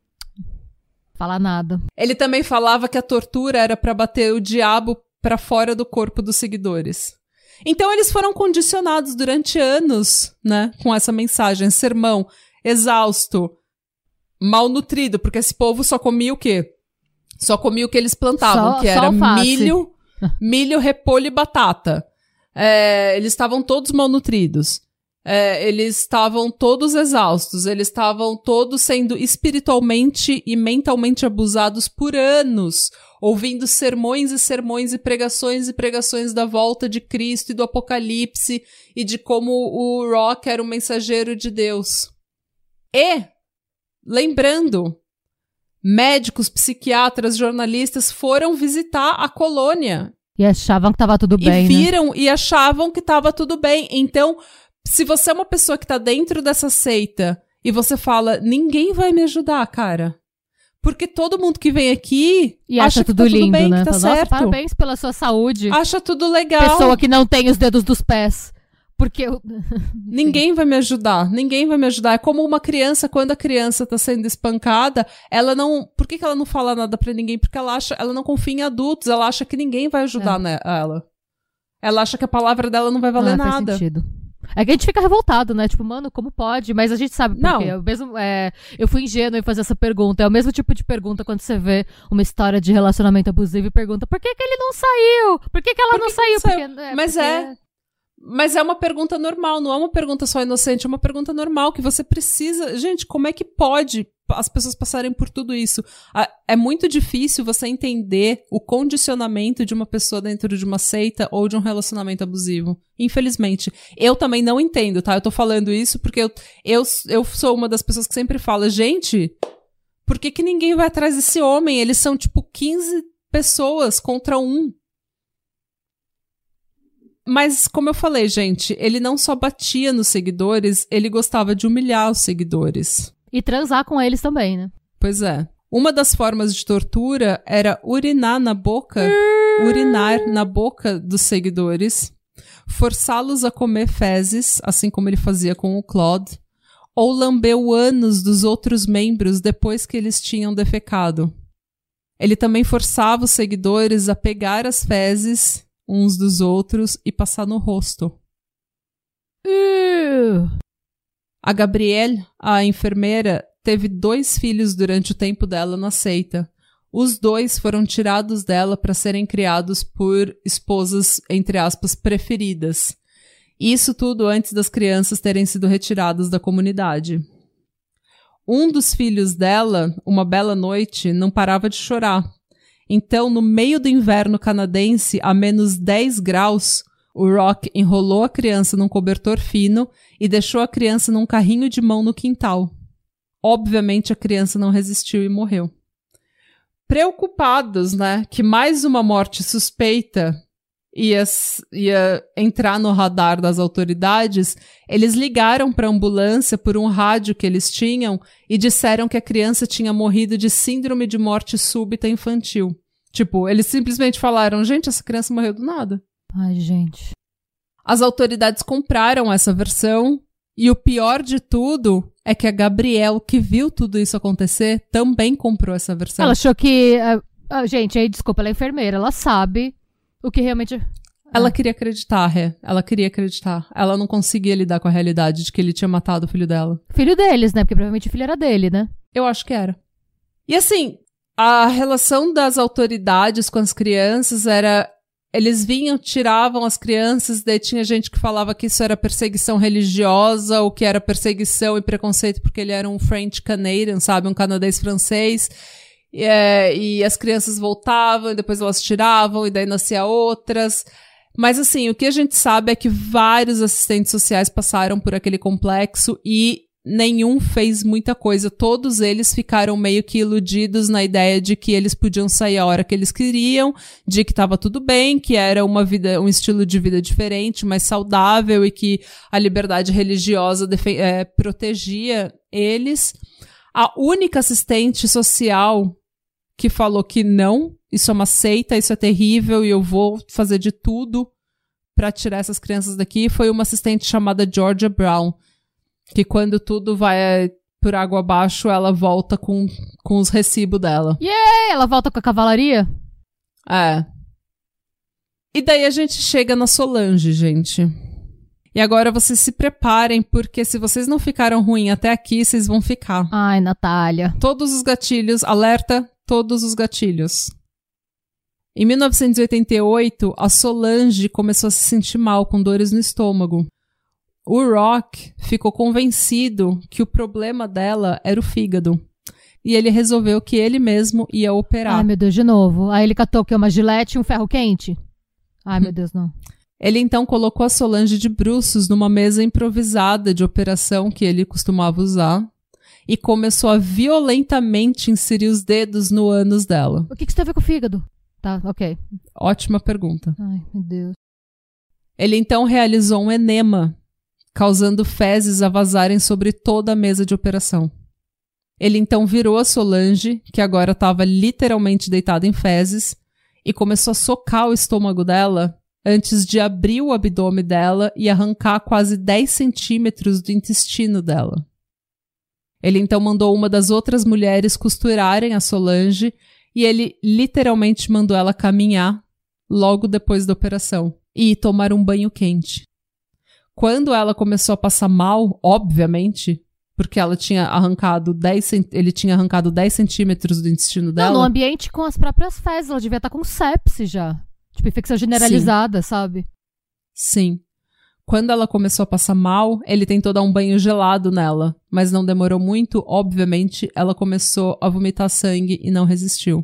Falar nada. Ele também falava que a tortura era pra bater o diabo pra fora do corpo dos seguidores. Então eles foram condicionados durante anos, né, com essa mensagem, sermão, exausto, malnutrido, porque esse povo só comia o quê? Só comia o que eles plantavam, que era milho, repolho e batata. Eles estavam todos malnutridos. Eles estavam todos exaustos, eles estavam todos sendo espiritualmente e mentalmente abusados por anos, ouvindo sermões e sermões e pregações da volta de Cristo e do Apocalipse e de como o Rock era um mensageiro de Deus. E, lembrando, médicos, psiquiatras, jornalistas foram visitar a colônia. E achavam que tava tudo bem, e viram, né? E achavam que tava tudo bem. Então, se você é uma pessoa que tá dentro dessa seita e você fala, ninguém vai me ajudar, cara. Porque todo mundo que vem aqui e acha que tudo tá lindo, tudo bem, né? que tá Fala, certo. Nossa, parabéns pela sua saúde. Acha tudo legal. Pessoa que não tem os dedos dos pés. Porque eu... Ninguém vai me ajudar. Ninguém vai me ajudar. É como uma criança, quando a criança tá sendo espancada, ela não... Por que ela não fala nada pra ninguém? Porque ela não confia em adultos. Ela acha que ninguém vai ajudar ela. Ela acha que a palavra dela não vai valer nada. Faz sentido. É que a gente fica revoltado, né? Tipo, mano, como pode? Mas a gente sabe por quê. Eu fui ingênuo em fazer essa pergunta. É o mesmo tipo de pergunta quando você vê uma história de relacionamento abusivo e pergunta por que ele não saiu? Por que ela não saiu? Mas é uma pergunta normal, não é uma pergunta só inocente, é uma pergunta normal que você precisa... Gente, como é que pode as pessoas passarem por tudo isso? É muito difícil você entender o condicionamento de uma pessoa dentro de uma seita ou de um relacionamento abusivo. Infelizmente. Eu também não entendo, tá? Eu tô falando isso porque eu sou uma das pessoas que sempre fala, gente, por que ninguém vai atrás desse homem? Eles são, tipo, 15 pessoas contra um. Mas, como eu falei, gente, ele não só batia nos seguidores, ele gostava de humilhar os seguidores. E transar com eles também, né? Pois é. Uma das formas de tortura era urinar na boca dos seguidores, forçá-los a comer fezes, assim como ele fazia com o Claude, ou lamber o ânus dos outros membros depois que eles tinham defecado. Ele também forçava os seguidores a pegar as fezes uns dos outros e passar no rosto. A Gabrielle, a enfermeira, teve 2 filhos durante o tempo dela na seita. Os 2 foram tirados dela para serem criados por esposas, entre aspas, preferidas. Isso tudo antes das crianças terem sido retiradas da comunidade. Um dos filhos dela, uma bela noite, não parava de chorar. Então, no meio do inverno canadense, a menos 10 graus, o Rock enrolou a criança num cobertor fino e deixou a criança num carrinho de mão no quintal. Obviamente, a criança não resistiu e morreu. Preocupados, né, que mais uma morte suspeita ia entrar no radar das autoridades, eles ligaram para a ambulância por um rádio que eles tinham e disseram que a criança tinha morrido de síndrome de morte súbita infantil. Tipo, eles simplesmente falaram, gente, essa criança morreu do nada. Ai, gente. As autoridades compraram essa versão e o pior de tudo é que a Gabrielle, que viu tudo isso acontecer, também comprou essa versão. Ela achou que... gente, aí, desculpa, ela é enfermeira, ela sabe o que realmente... Ela queria acreditar, ela queria acreditar. Ela não conseguia lidar com a realidade de que ele tinha matado o filho dela. Filho deles, né? Porque provavelmente o filho era dele, né? Eu acho que era. E assim, a relação das autoridades com as crianças era... Eles vinham, tiravam as crianças, daí tinha gente que falava que isso era perseguição religiosa, ou que era perseguição e preconceito porque ele era um French Canadian, sabe? Um canadense francês. E as crianças voltavam, e depois elas tiravam, e daí nascia outras. Mas assim, o que a gente sabe é que vários assistentes sociais passaram por aquele complexo e nenhum fez muita coisa. Todos eles ficaram meio que iludidos na ideia de que eles podiam sair a hora que eles queriam, de que estava tudo bem, que era um estilo de vida diferente, mais saudável e que a liberdade religiosa protegia eles. A única assistente social que falou que não, isso é uma seita, isso é terrível e eu vou fazer de tudo para tirar essas crianças daqui, foi uma assistente chamada Georgia Brown, que quando tudo vai por água abaixo, ela volta com os recibos dela. Yeah! Ela volta com a cavalaria? É. E daí a gente chega na Solange, gente. E agora vocês se preparem, porque se vocês não ficaram ruim até aqui, vocês vão ficar. Ai, Natália. Todos os gatilhos, alerta, todos os gatilhos. Em 1988, a Solange começou a se sentir mal, com dores no estômago. o Rock ficou convencido que o problema dela era o fígado. E ele resolveu que ele mesmo ia operar. Ai, meu Deus, de novo. Aí ele catou o quê? Uma gilete e um ferro quente? Ai, meu Deus, não. Ele então colocou a Solange de bruços numa mesa improvisada de operação que ele costumava usar e começou a violentamente inserir os dedos no ânus dela. O que isso tem a ver com o fígado? Tá, ok. Ótima pergunta. Ai, meu Deus. Ele então realizou um enema, causando fezes a vazarem sobre toda a mesa de operação. Ele então virou a Solange, que agora estava literalmente deitada em fezes, e começou a socar o estômago dela antes de abrir o abdômen dela e arrancar quase 10 centímetros do intestino dela. Ele então mandou uma das outras mulheres costurarem a Solange e ele literalmente mandou ela caminhar logo depois da operação e tomar um banho quente. Quando ela começou a passar mal, obviamente, porque ela tinha arrancado ele tinha arrancado 10 centímetros do intestino dela. Não, no ambiente com as próprias fezes, ela devia estar com sepse já. Tipo, infecção generalizada, Sim. Sabe? Sim. Quando ela começou a passar mal, ele tentou dar um banho gelado nela, mas não demorou muito, obviamente, ela começou a vomitar sangue e não resistiu.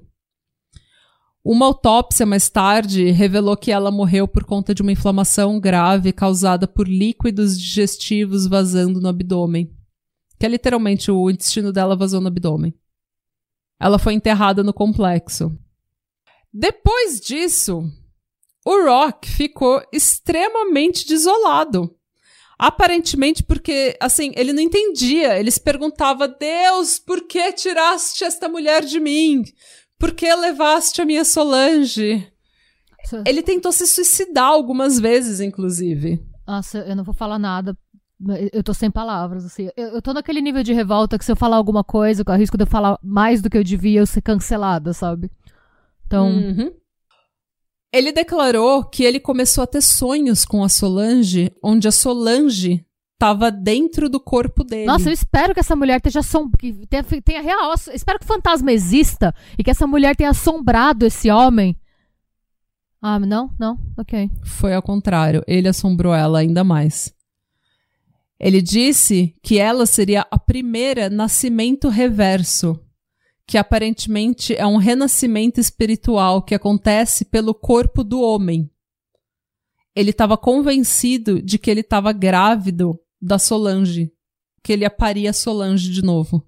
Uma autópsia mais tarde revelou que ela morreu por conta de uma inflamação grave causada por líquidos digestivos vazando no abdômen. Que é literalmente o intestino dela vazou no abdômen. Ela foi enterrada no complexo. Depois disso, o Rock ficou extremamente desolado. Aparentemente porque, assim, ele não entendia. Ele se perguntava, Deus, por que tiraste esta mulher de mim? Por que levaste a minha Solange? Ele tentou se suicidar algumas vezes, inclusive. Nossa, eu não vou falar nada. Eu tô sem palavras, assim. Eu tô naquele nível de revolta que se eu falar alguma coisa, com o risco de eu falar mais do que eu devia, eu ser cancelada, sabe? Então... Uhum. Ele declarou que ele começou a ter sonhos com a Solange, onde a Solange estava dentro do corpo dele. Nossa, eu espero que essa mulher tenha real... Espero que o fantasma exista e que essa mulher tenha assombrado esse homem. Ah, não? Não? Ok. Foi ao contrário. Ele assombrou ela ainda mais. Ele disse que ela seria a primeira nascimento reverso, que aparentemente é um renascimento espiritual que acontece pelo corpo do homem. Ele estava convencido de que ele estava grávido da Solange, que ele ia parir a Solange de novo.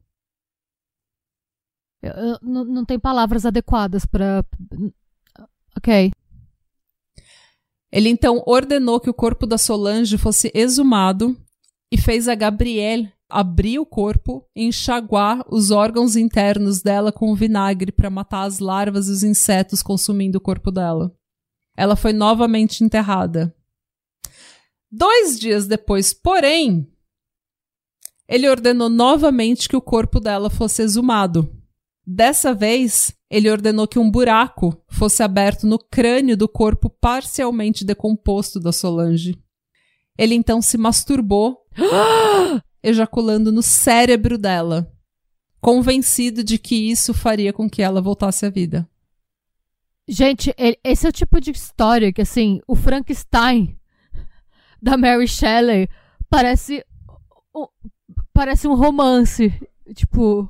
Eu não tenho palavras adequadas para... Ok. Ele então ordenou que o corpo da Solange fosse exumado e fez a Gabrielle abrir o corpo e enxaguar os órgãos internos dela com vinagre para matar as larvas e os insetos consumindo o corpo dela. Ela foi novamente enterrada. 2 dias depois, porém, ele ordenou novamente que o corpo dela fosse exumado. Dessa vez, ele ordenou que um buraco fosse aberto no crânio do corpo parcialmente decomposto da Solange. Ele então se masturbou, ejaculando no cérebro dela, convencido de que isso faria com que ela voltasse à vida. Gente, esse é o tipo de história que, assim, o Frankenstein da Mary Shelley parece um romance. Tipo...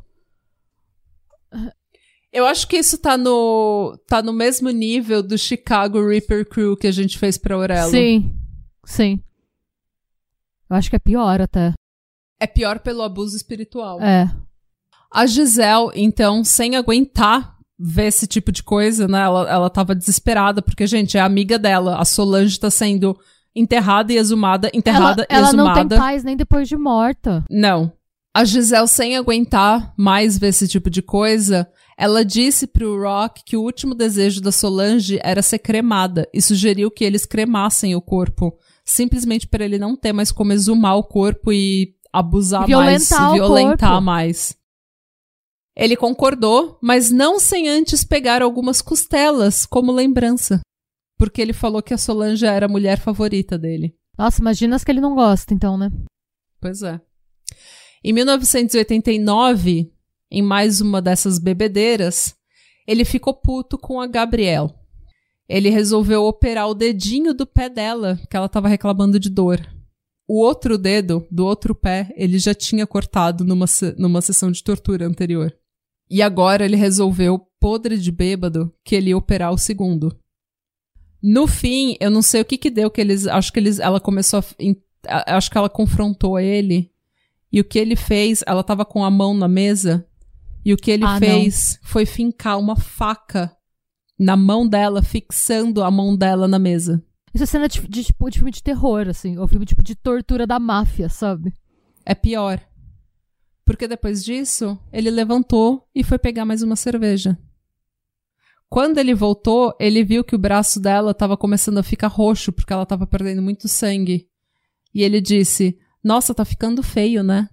Eu acho que isso tá no mesmo nível do Chicago Reaper Crew que a gente fez pra Aurelo. Sim, sim. Eu acho que é pior até. É pior pelo abuso espiritual. É. A Gisele, então, sem aguentar ver esse tipo de coisa, né? Ela tava desesperada, porque, gente, é a amiga dela. A Solange tá sendo enterrada e exumada, enterrada e ela exumada. Ela não tem paz nem depois de morta. Não. A Gisele, sem aguentar mais ver esse tipo de coisa, ela disse pro Rock que o último desejo da Solange era ser cremada e sugeriu que eles cremassem o corpo, simplesmente para ele não ter mais como exumar o corpo e abusar mais, violentar mais. Ele concordou, mas não sem antes pegar algumas costelas como lembrança, porque ele falou que a Solange era a mulher favorita dele. Nossa, imagina as que ele não gosta, então, né? Pois é. Em 1989, em mais uma dessas bebedeiras, ele ficou puto com a Gabrielle. Ele resolveu operar o dedinho do pé dela, que ela estava reclamando de dor. o outro dedo do outro pé ele já tinha cortado numa sessão de tortura anterior. E agora ele resolveu, podre de bêbado, que ele ia operar o segundo. No fim, eu não sei o que deu, que eles... ela começou a... Acho que ela confrontou ele. E o que ele fez... Ela tava com a mão na mesa. E o que ele fez foi fincar uma faca na mão dela, fixando a mão dela na mesa. Isso é cena de filme de terror, assim. Ou filme de tortura da máfia, sabe? É pior. Porque depois disso, ele levantou e foi pegar mais uma cerveja. Quando ele voltou, ele viu que o braço dela estava começando a ficar roxo, porque ela estava perdendo muito sangue. E ele disse, nossa, tá ficando feio, né?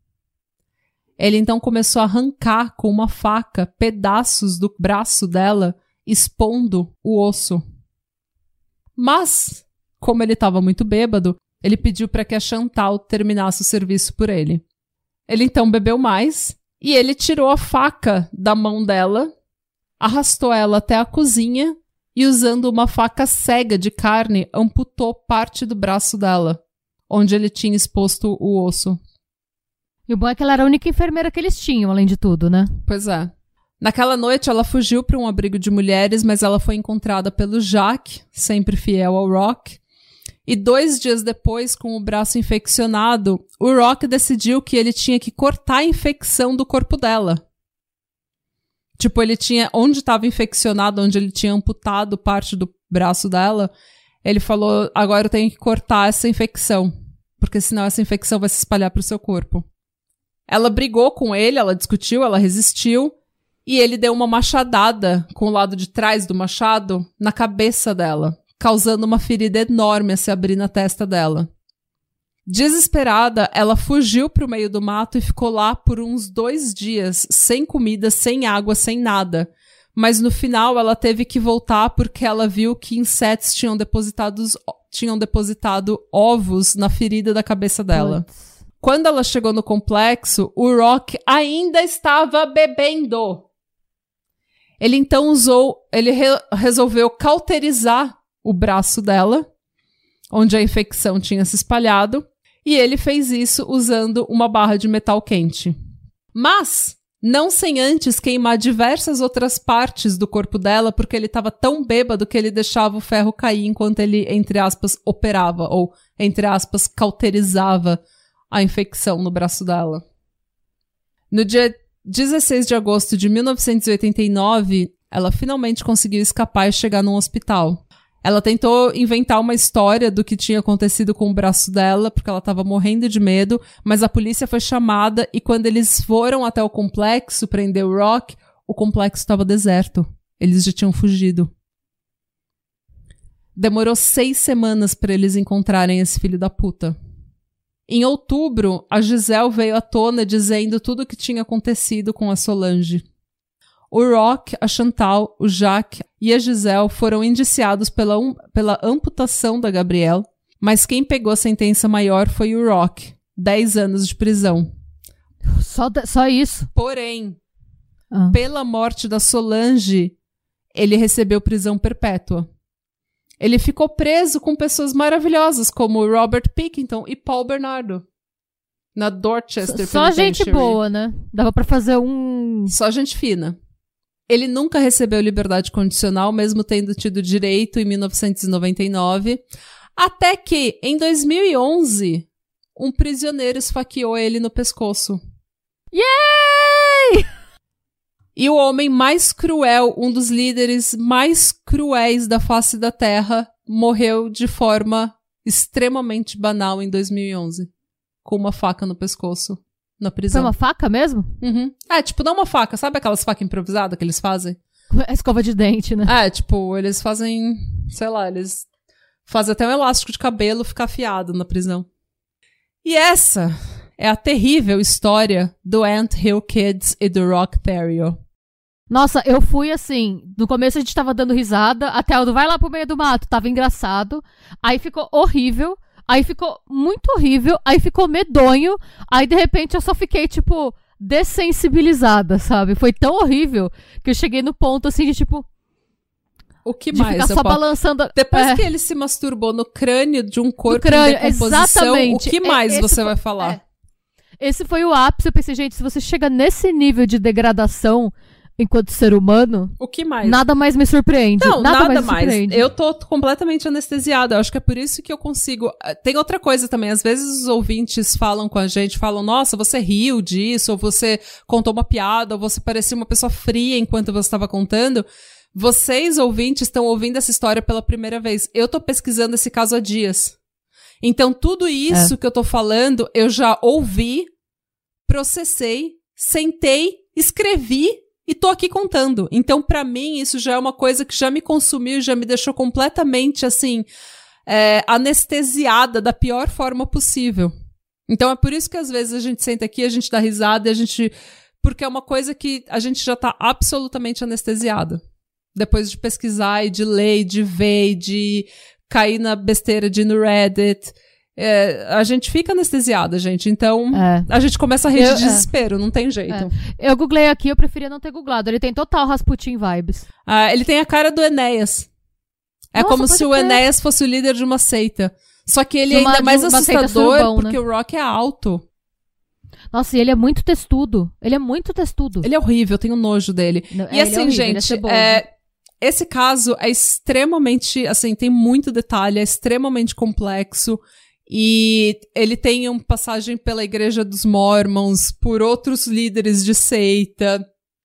Ele então começou a arrancar com uma faca pedaços do braço dela, expondo o osso. Mas, como ele estava muito bêbado, ele pediu para que a Chantal terminasse o serviço por ele. Ele então bebeu mais, e ele tirou a faca da mão dela, arrastou ela até a cozinha e, usando uma faca cega de carne, amputou parte do braço dela, onde ele tinha exposto o osso. E o bom é que ela era a única enfermeira que eles tinham, além de tudo, né? Pois é. Naquela noite, ela fugiu para um abrigo de mulheres, mas ela foi encontrada pelo Jacques, sempre fiel ao Rock. E 2 dias depois, com o braço infeccionado, o Rock decidiu que ele tinha que cortar a infecção do corpo dela. Tipo, ele tinha... Onde estava infeccionado, onde ele tinha amputado parte do braço dela, ele falou, agora eu tenho que cortar essa infecção, porque senão essa infecção vai se espalhar para o seu corpo. Ela brigou com ele, ela discutiu, ela resistiu, e ele deu uma machadada com o lado de trás do machado na cabeça dela, causando uma ferida enorme a se abrir na testa dela. Desesperada, ela fugiu para o meio do mato e ficou lá por uns 2 dias, sem comida, sem água, sem nada. Mas no final ela teve que voltar porque ela viu que insetos tinham depositado ovos na ferida da cabeça dela. Puts. Quando ela chegou no complexo, o Rock ainda estava bebendo. Ele então resolveu cauterizar o braço dela, onde a infecção tinha se espalhado, e ele fez isso usando uma barra de metal quente. Mas não sem antes queimar diversas outras partes do corpo dela, porque ele estava tão bêbado que ele deixava o ferro cair enquanto ele, entre aspas, operava, ou, entre aspas, cauterizava a infecção no braço dela. No dia 16 de agosto de 1989, ela finalmente conseguiu escapar e chegar num hospital. Ela tentou inventar uma história do que tinha acontecido com o braço dela, porque ela estava morrendo de medo, mas a polícia foi chamada e quando eles foram até o complexo prender o Rock, o complexo estava deserto. Eles já tinham fugido. Demorou 6 semanas para eles encontrarem esse filho da puta. Em outubro, a Giselle veio à tona dizendo tudo o que tinha acontecido com a Solange. O Rock, a Chantal, o Jacques e a Giselle foram indiciados pela amputação da Gabrielle, mas quem pegou a sentença maior foi o Rock, 10 anos de prisão. Só isso? Porém, pela morte da Solange, ele recebeu prisão perpétua. Ele ficou preso com pessoas maravilhosas como Robert Pickington e Paul Bernardo. Na Dorchester Só gente boa, né? Dava pra fazer Só gente fina. Ele nunca recebeu liberdade condicional, mesmo tendo tido direito em 1999. Até que, em 2011, um prisioneiro esfaqueou ele no pescoço. Yay! E o homem mais cruel, um dos líderes mais cruéis da face da Terra, morreu de forma extremamente banal em 2011. Com uma faca no pescoço, na prisão. Foi uma faca mesmo? Uhum. Tipo, não uma faca. Sabe aquelas facas improvisadas que eles fazem? A escova de dente, né? Tipo, eles fazem... Sei lá, eles fazem até um elástico de cabelo ficar afiado na prisão. E essa é a terrível história do Ant Hill Kids e do Rock Theriot. Nossa, eu fui assim, no começo a gente tava dando risada, até o vai lá pro meio do mato, tava engraçado, aí ficou horrível, aí ficou muito horrível, aí ficou medonho, aí de repente eu só fiquei, tipo, dessensibilizada, sabe? Foi tão horrível que eu cheguei no ponto, assim, de tipo... O que de mais? ficar só balançando. Depois que ele se masturbou no crânio de um corpo em decomposição, exatamente. O que mais você vai falar? Esse foi o ápice. Eu pensei, gente, se você chega nesse nível de degradação enquanto ser humano, o que mais? Nada mais me surpreende. Não, nada mais. Surpreende. Eu tô completamente anestesiada. Eu acho que é por isso que eu consigo... Tem outra coisa também. Às vezes os ouvintes falam com a gente, falam, nossa, você riu disso, ou você contou uma piada, ou você parecia uma pessoa fria enquanto você estava contando. Vocês, ouvintes, estão ouvindo essa história pela primeira vez. Eu tô pesquisando esse caso há dias. Então, tudo isso que eu tô falando, eu já ouvi, processei, sentei, escrevi e tô aqui contando. Então, pra mim, isso já é uma coisa que já me consumiu, já me deixou completamente, assim, anestesiada da pior forma possível. Então, é por isso que às vezes a gente senta aqui, a gente dá risada e a gente... Porque é uma coisa que a gente já tá absolutamente anestesiado. Depois de pesquisar e de ler, e de ver, e de cair na besteira de ir no Reddit... a gente fica anestesiada, gente. Então, a gente começa a rir de desespero, não tem jeito. Eu googlei aqui, eu preferia não ter googlado. Ele tem total Rasputin vibes. Ele tem a cara do Enéas. É como se o Enéas fosse o líder de uma seita. Só que ele é ainda mais assustador surubão, porque o Rock é alto. Nossa, e ele é muito testudo. Ele é horrível, eu tenho nojo dele. E assim, horrível, gente, esse caso é extremamente, assim, tem muito detalhe, é extremamente complexo. E ele tem uma passagem pela Igreja dos Mormons, por outros líderes de seita.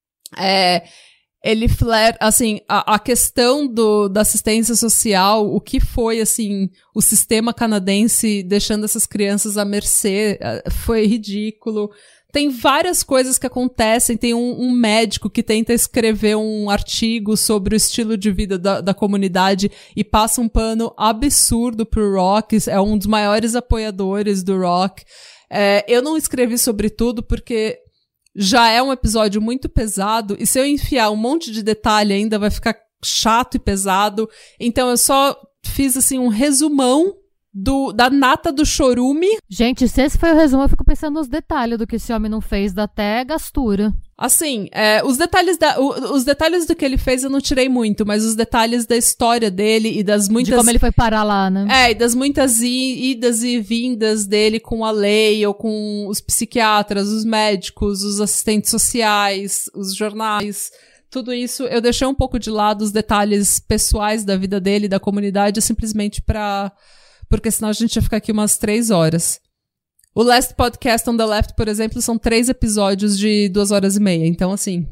Ele assim, a questão da assistência social, o que foi, assim, o sistema canadense deixando essas crianças à mercê, foi ridículo. Tem várias coisas que acontecem. Tem um médico que tenta escrever um artigo sobre o estilo de vida da comunidade e passa um pano absurdo pro Rock. É um dos maiores apoiadores do Rock. Eu não escrevi sobre tudo porque já é um episódio muito pesado e se eu enfiar um monte de detalhe ainda vai ficar chato e pesado. Então eu só fiz assim um resumão da nata do chorume. Gente, se esse foi o resumo, eu fico pensando nos detalhes do que esse homem não fez, dá até gastura. Assim, os detalhes do que ele fez eu não tirei muito, mas os detalhes da história dele e das muitas... De como ele foi parar lá, né? E das muitas idas e vindas dele com a lei, ou com os psiquiatras, os médicos, os assistentes sociais, os jornais... Tudo isso, eu deixei um pouco de lado os detalhes pessoais da vida dele e da comunidade, simplesmente porque senão a gente ia ficar aqui umas 3 horas. O Last Podcast on the Left, por exemplo, são 3 episódios de 2h30. Então, assim,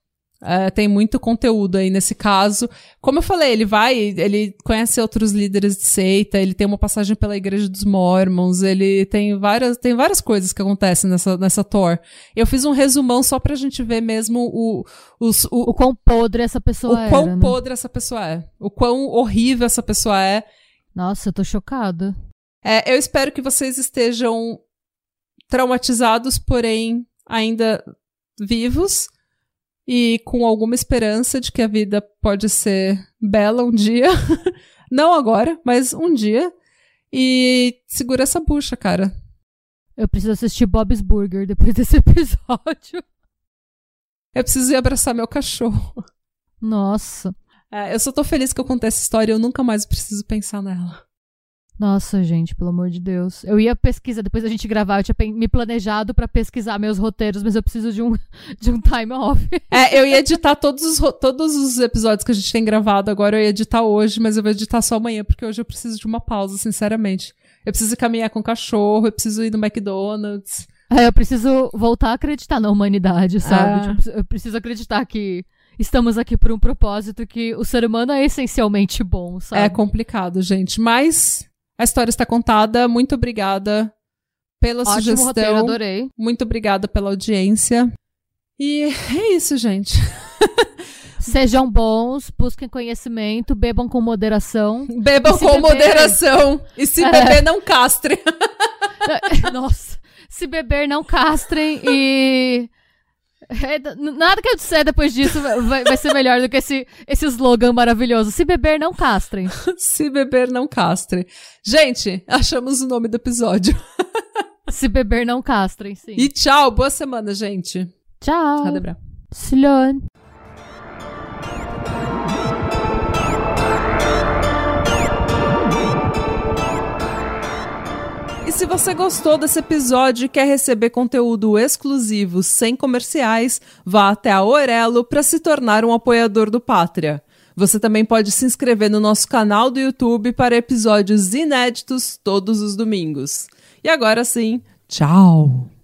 tem muito conteúdo aí nesse caso. Como eu falei, ele conhece outros líderes de seita, ele tem uma passagem pela Igreja dos Mormons, ele tem várias coisas que acontecem nessa tour. Eu fiz um resumão só pra gente ver mesmo o quão podre essa pessoa é. O quão podre essa pessoa é. O quão horrível essa pessoa é. Nossa, eu tô chocada. Eu espero que vocês estejam traumatizados, porém ainda vivos e com alguma esperança de que a vida pode ser bela um dia. Não agora, mas um dia. E segura essa bucha, cara. Eu preciso assistir Bob's Burger depois desse episódio. Eu preciso ir abraçar meu cachorro. Nossa. Eu só tô feliz que eu contei essa história e eu nunca mais preciso pensar nela. Nossa, gente, pelo amor de Deus. Eu ia pesquisar, depois da gente gravar, eu tinha me planejado pra pesquisar meus roteiros, mas eu preciso de um time off. Eu ia editar todos os episódios que a gente tem gravado agora, eu ia editar hoje, mas eu vou editar só amanhã, porque hoje eu preciso de uma pausa, sinceramente. Eu preciso caminhar com o cachorro, eu preciso ir no McDonald's. Eu preciso voltar a acreditar na humanidade, sabe? Tipo, eu preciso acreditar que estamos aqui por um propósito, que o ser humano é essencialmente bom, sabe? É complicado, gente, mas a história está contada. Muito obrigada pela sugestão. Roteiro, adorei. Muito obrigada pela audiência. E é isso, gente. Sejam bons, busquem conhecimento, bebam com moderação. Bebam com moderação. E se beber, não castrem. Nossa. Se beber, não castrem e... Nada que eu disser depois disso vai ser melhor do que esse slogan maravilhoso. Se beber, não castrem. Se beber, não castrem. Gente, achamos o nome do episódio. Se beber, não castrem, sim. E tchau, boa semana, gente. Tchau. Ha det bra. Slön. você gostou desse episódio e quer receber conteúdo exclusivo sem comerciais, vá até a Orelo para se tornar um apoiador do Pátria. Você também pode se inscrever no nosso canal do YouTube para episódios inéditos todos os domingos. E agora sim, tchau!